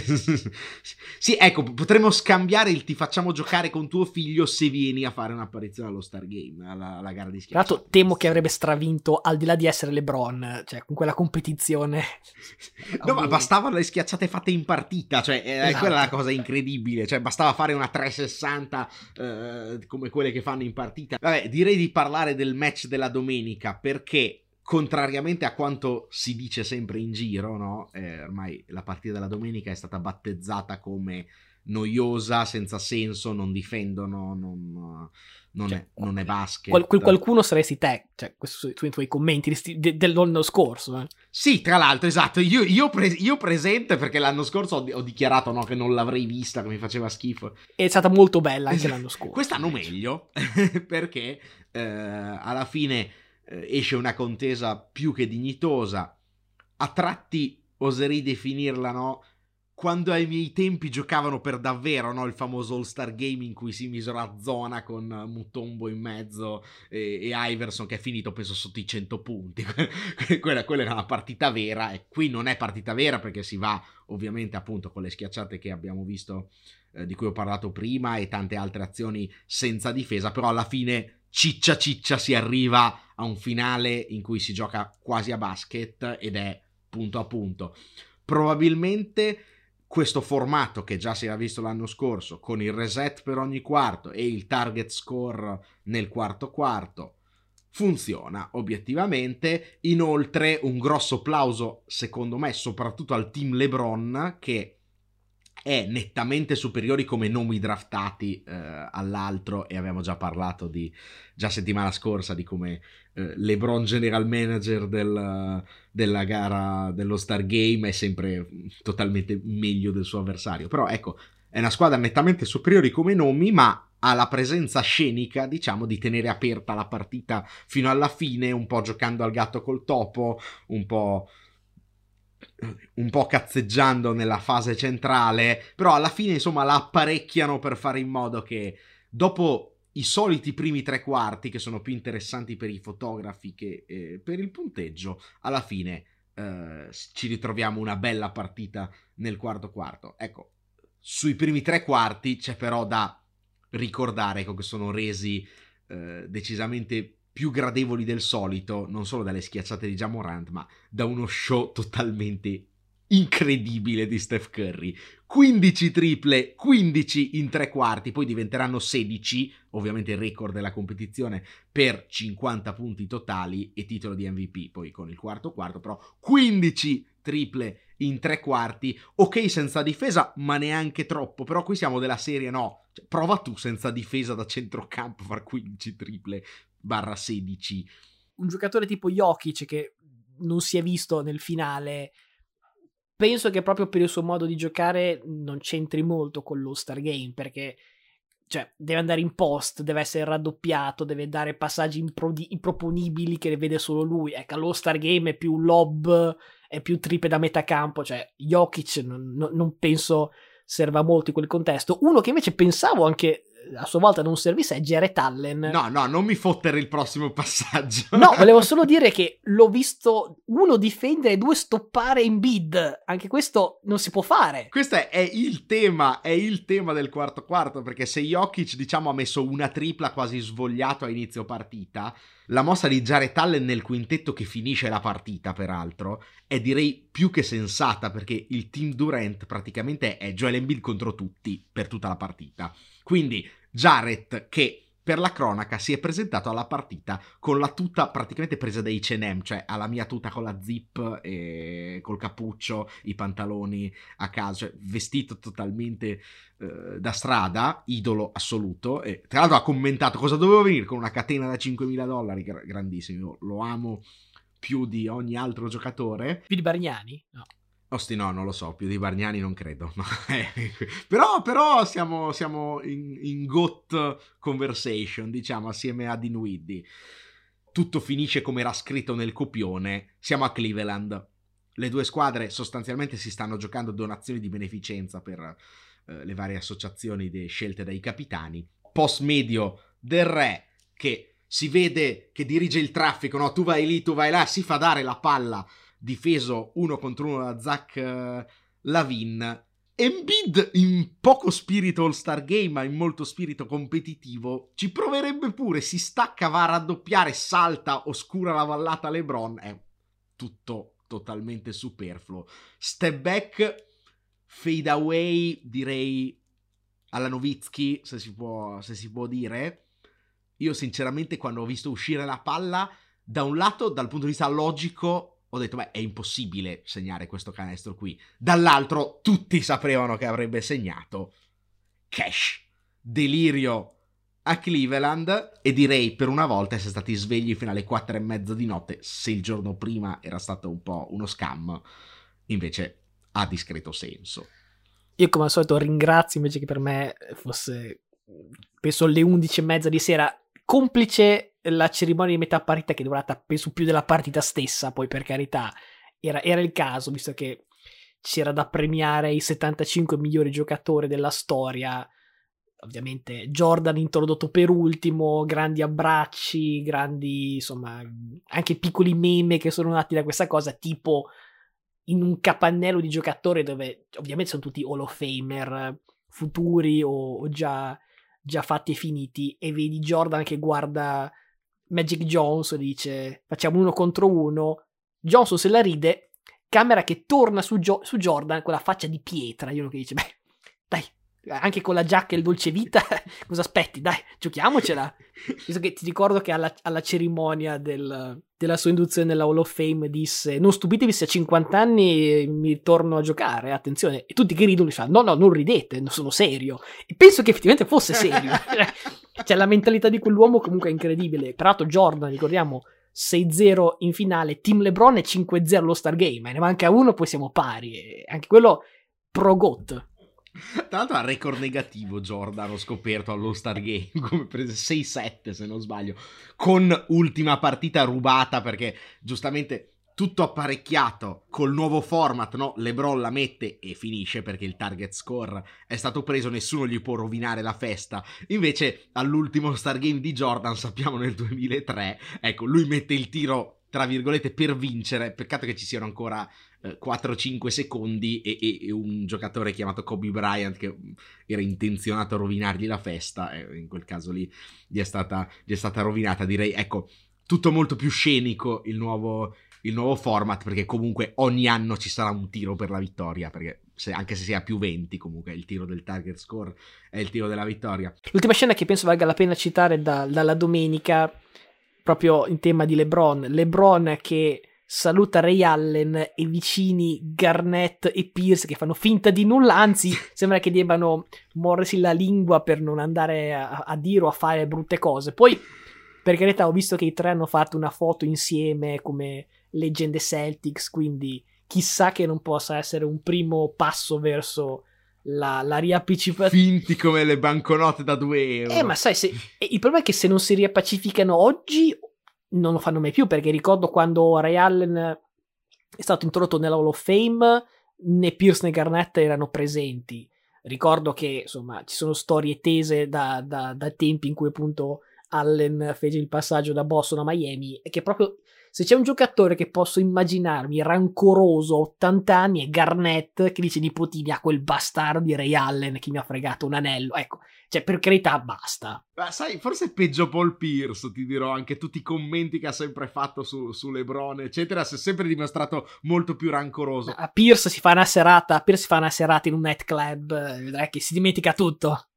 [SPEAKER 1] Sì, ecco, potremmo scambiare il ti facciamo giocare con tuo figlio se vieni a fare un'apparizione allo Star Game, alla, alla gara di schiacciate.
[SPEAKER 2] Tra l'altro temo che avrebbe stravinto, al di là di essere LeBron, cioè con quella competizione.
[SPEAKER 1] No, ma bastavano le schiacciate fatte in partita, cioè è
[SPEAKER 2] Esatto.
[SPEAKER 1] quella la cosa incredibile, cioè bastava fare una trecentosessanta eh, come quelle che fanno in partita. Vabbè, direi di parlare del match della domenica, perché contrariamente a quanto si dice sempre in giro, no? Eh, ormai la partita della domenica è stata battezzata come noiosa, senza senso, non difendono, non, non,
[SPEAKER 2] Cioè,
[SPEAKER 1] è, non è basket.
[SPEAKER 2] Qual, quel qualcuno saresti te, cioè questo sui tuoi commenti de, dell'anno scorso. Eh.
[SPEAKER 1] Sì, tra l'altro, esatto, io, io, pre, io presente perché l'anno scorso ho, ho dichiarato no, che non l'avrei vista, che mi faceva schifo.
[SPEAKER 2] È stata molto bella anche l'anno scorso.
[SPEAKER 1] Quest'anno meglio, perché eh, alla fine eh, esce una contesa più che dignitosa. A tratti oserei definirla, no? Quando ai miei tempi giocavano per davvero, no? Il famoso All-Star Game in cui si misero a zona con Mutombo in mezzo e, e Iverson che è finito penso sotto i cento punti. quella, quella era una partita vera, e qui non è partita vera perché si va ovviamente appunto con le schiacciate che abbiamo visto eh, di cui ho parlato prima e tante altre azioni senza difesa, però alla fine ciccia ciccia si arriva a un finale in cui si gioca quasi a basket ed è punto a punto. Probabilmente questo formato, che già si era visto l'anno scorso, con il reset per ogni quarto e il target score nel quarto quarto, funziona obiettivamente. Inoltre un grosso applauso secondo me soprattutto al team LeBron, che è nettamente superiori come nomi draftati eh, all'altro, e abbiamo già parlato di già settimana scorsa di come eh, LeBron general manager del, della gara dello Star Game è sempre totalmente meglio del suo avversario. Però ecco, è una squadra nettamente superiori come nomi, ma ha la presenza scenica, diciamo, di tenere aperta la partita fino alla fine, un po' giocando al gatto col topo, un po' un po' cazzeggiando nella fase centrale, però alla fine insomma la apparecchiano per fare in modo che dopo i soliti primi tre quarti, che sono più interessanti per i fotografi che eh, per il punteggio, alla fine eh, ci ritroviamo una bella partita nel quarto quarto. Ecco, sui primi tre quarti c'è però da ricordare, ecco, che sono resi eh, decisamente più gradevoli del solito, non solo dalle schiacciate di Ja Morant, ma da uno show totalmente incredibile di Steph Curry. quindici triple, quindici in tre quarti, poi diventeranno sedici, ovviamente il record della competizione, per cinquanta punti totali e titolo di M V P, poi con il quarto quarto, però quindici triple in tre quarti, ok senza difesa, ma neanche troppo, però qui siamo della serie no, cioè, prova tu senza difesa da centrocampo a far quindici triple barra sedici.
[SPEAKER 2] Un giocatore tipo Jokic che non si è visto nel finale, penso che proprio per il suo modo di giocare non c'entri molto con lo Star Game, perché cioè deve andare in post, deve essere raddoppiato, deve dare passaggi impro- improponibili che vede solo lui. Ecco, lo Star Game è più lob, è più triple da metà campo, cioè Jokic non, non, non penso serva molto in quel contesto. Uno che invece pensavo anche a sua volta non servisse è Jarrett Allen.
[SPEAKER 1] No, no, non mi fottere il prossimo passaggio.
[SPEAKER 2] No, volevo solo dire che l'ho visto uno difendere e due stoppare Embiid. Anche questo non si può fare.
[SPEAKER 1] Questo è, è il tema, è il tema del quarto quarto, perché se Jokic, diciamo, ha messo una tripla quasi svogliato a inizio partita, la mossa di Jarrett Allen nel quintetto che finisce la partita, peraltro, è direi più che sensata, perché il team Durant praticamente è Joel Embiid contro tutti per tutta la partita. Quindi Jarrett, che per la cronaca si è presentato alla partita con la tuta praticamente presa da acca e emme, cioè alla mia tuta con la zip e col cappuccio, i pantaloni a caso, cioè vestito totalmente eh, da strada, idolo assoluto. E tra l'altro ha commentato: cosa dovevo venire con una catena da cinquemila dollari, grandissimo, lo amo più di ogni altro giocatore.
[SPEAKER 2] Più di Bargnani? No.
[SPEAKER 1] Osti no, non lo so, più di Bargnani non credo. No. però, però siamo, siamo in, in GOAT conversation, diciamo, assieme a Dinwiddie. Tutto finisce come era scritto nel copione. Siamo a Cleveland. Le due squadre sostanzialmente si stanno giocando donazioni di beneficenza per eh, le varie associazioni de- scelte dai capitani. Post medio del re, che si vede che dirige il traffico, no? Tu vai lì, tu vai là, si fa dare la palla difeso uno contro uno da Zach uh, Lavin. Embiid, in poco spirito All-Star Game ma in molto spirito competitivo, ci proverebbe pure, si stacca, va a raddoppiare, salta, oscura la vallata LeBron, è tutto totalmente superfluo. Step back, fade away, direi alla Nowitzki, se si può, se si può dire. Io sinceramente quando ho visto uscire la palla, da un lato dal punto di vista logico ho detto, beh, è impossibile segnare questo canestro qui. Dall'altro, tutti sapevano che avrebbe segnato. Cash. Delirio a Cleveland. E direi, per una volta, essere stati svegli fino alle quattro e mezza di notte. Se il giorno prima era stato un po' uno scam, invece ha discreto senso.
[SPEAKER 2] Io, come al solito, ringrazio, invece che per me fosse, penso, alle undici e mezza di sera, complice la cerimonia di metà partita, che è durata penso più della partita stessa, poi per carità era, era il caso, visto che c'era da premiare i settantacinque migliori giocatori della storia. Ovviamente Jordan introdotto per ultimo, grandi abbracci, grandi, insomma, anche piccoli meme che sono nati da questa cosa, tipo in un capannello di giocatori dove ovviamente sono tutti Hall of Famer, futuri o, o già, già fatti e finiti, e vedi Jordan che guarda Magic Johnson e dice facciamo uno contro uno, Johnson se la ride, camera che torna su, Gio- su Jordan con la faccia di pietra, io che dice beh dai, anche con la giacca e il dolce vita cosa aspetti, dai giochiamocela, visto che ti ricordo che alla, alla cerimonia del, della sua induzione nella Hall of Fame disse non stupitevi se a cinquanta anni mi torno a giocare, attenzione, e tutti che ridono gli fanno no no non ridete, non sono serio, e penso che effettivamente fosse serio. Cioè la mentalità di quell'uomo comunque è incredibile. Peraltro Jordan, ricordiamo, sei zero in finale, Team LeBron è cinque zero allo Star Game, ne manca uno poi siamo pari, e anche quello pro GOAT.
[SPEAKER 1] Tra l'altro ha record negativo Jordan, ho scoperto allo Star Game, come prese sei sette se non sbaglio, con ultima partita rubata, perché giustamente tutto apparecchiato col nuovo format, no? LeBron la mette e finisce perché il target score è stato preso, nessuno gli può rovinare la festa. Invece all'ultimo Star Game di Jordan, sappiamo nel duemilatré, ecco, lui mette il tiro tra virgolette per vincere, peccato che ci siano ancora eh, quattro cinque secondi e, e, e un giocatore chiamato Kobe Bryant che era intenzionato a rovinargli la festa, e in quel caso lì gli è stata, gli è stata rovinata. Direi, ecco, tutto molto più scenico il nuovo, il nuovo format, perché comunque ogni anno ci sarà un tiro per la vittoria, perché se, anche se sia più venti comunque il tiro del target score è il tiro della vittoria.
[SPEAKER 2] L'ultima scena che penso valga la pena citare da, dalla domenica, proprio in tema di LeBron, LeBron che saluta Ray Allen e vicini Garnett e Pierce che fanno finta di nulla, anzi sembra che debbano mordersi la lingua per non andare a, a dire o a fare brutte cose. Poi per carità ho visto che i tre hanno fatto una foto insieme come leggende Celtics, quindi chissà che non possa essere un primo passo verso la, la riappacificazione.
[SPEAKER 1] Finti come le banconote da due euro.
[SPEAKER 2] Eh ma sai, se, il problema è che se non si riappacificano oggi non lo fanno mai più, perché ricordo quando Ray Allen è stato introdotto nella Hall of Fame, né Pierce né Garnett erano presenti. Ricordo che insomma ci sono storie tese da, da, da tempi in cui appunto Allen fece il passaggio da Boston a Miami, e che proprio se c'è un giocatore che posso immaginarmi rancoroso a ottanta anni è Garnett, che dice nipotini a quel bastardo di Ray Allen che mi ha fregato un anello, ecco, cioè per carità basta.
[SPEAKER 1] Ma sai, forse è peggio Paul Pierce, ti dirò, anche tutti i commenti che ha sempre fatto su, su LeBron eccetera, si è sempre dimostrato molto più rancoroso.
[SPEAKER 2] A Pierce si fa una serata, a Pierce si fa una serata in un nightclub, vedrai che si dimentica tutto.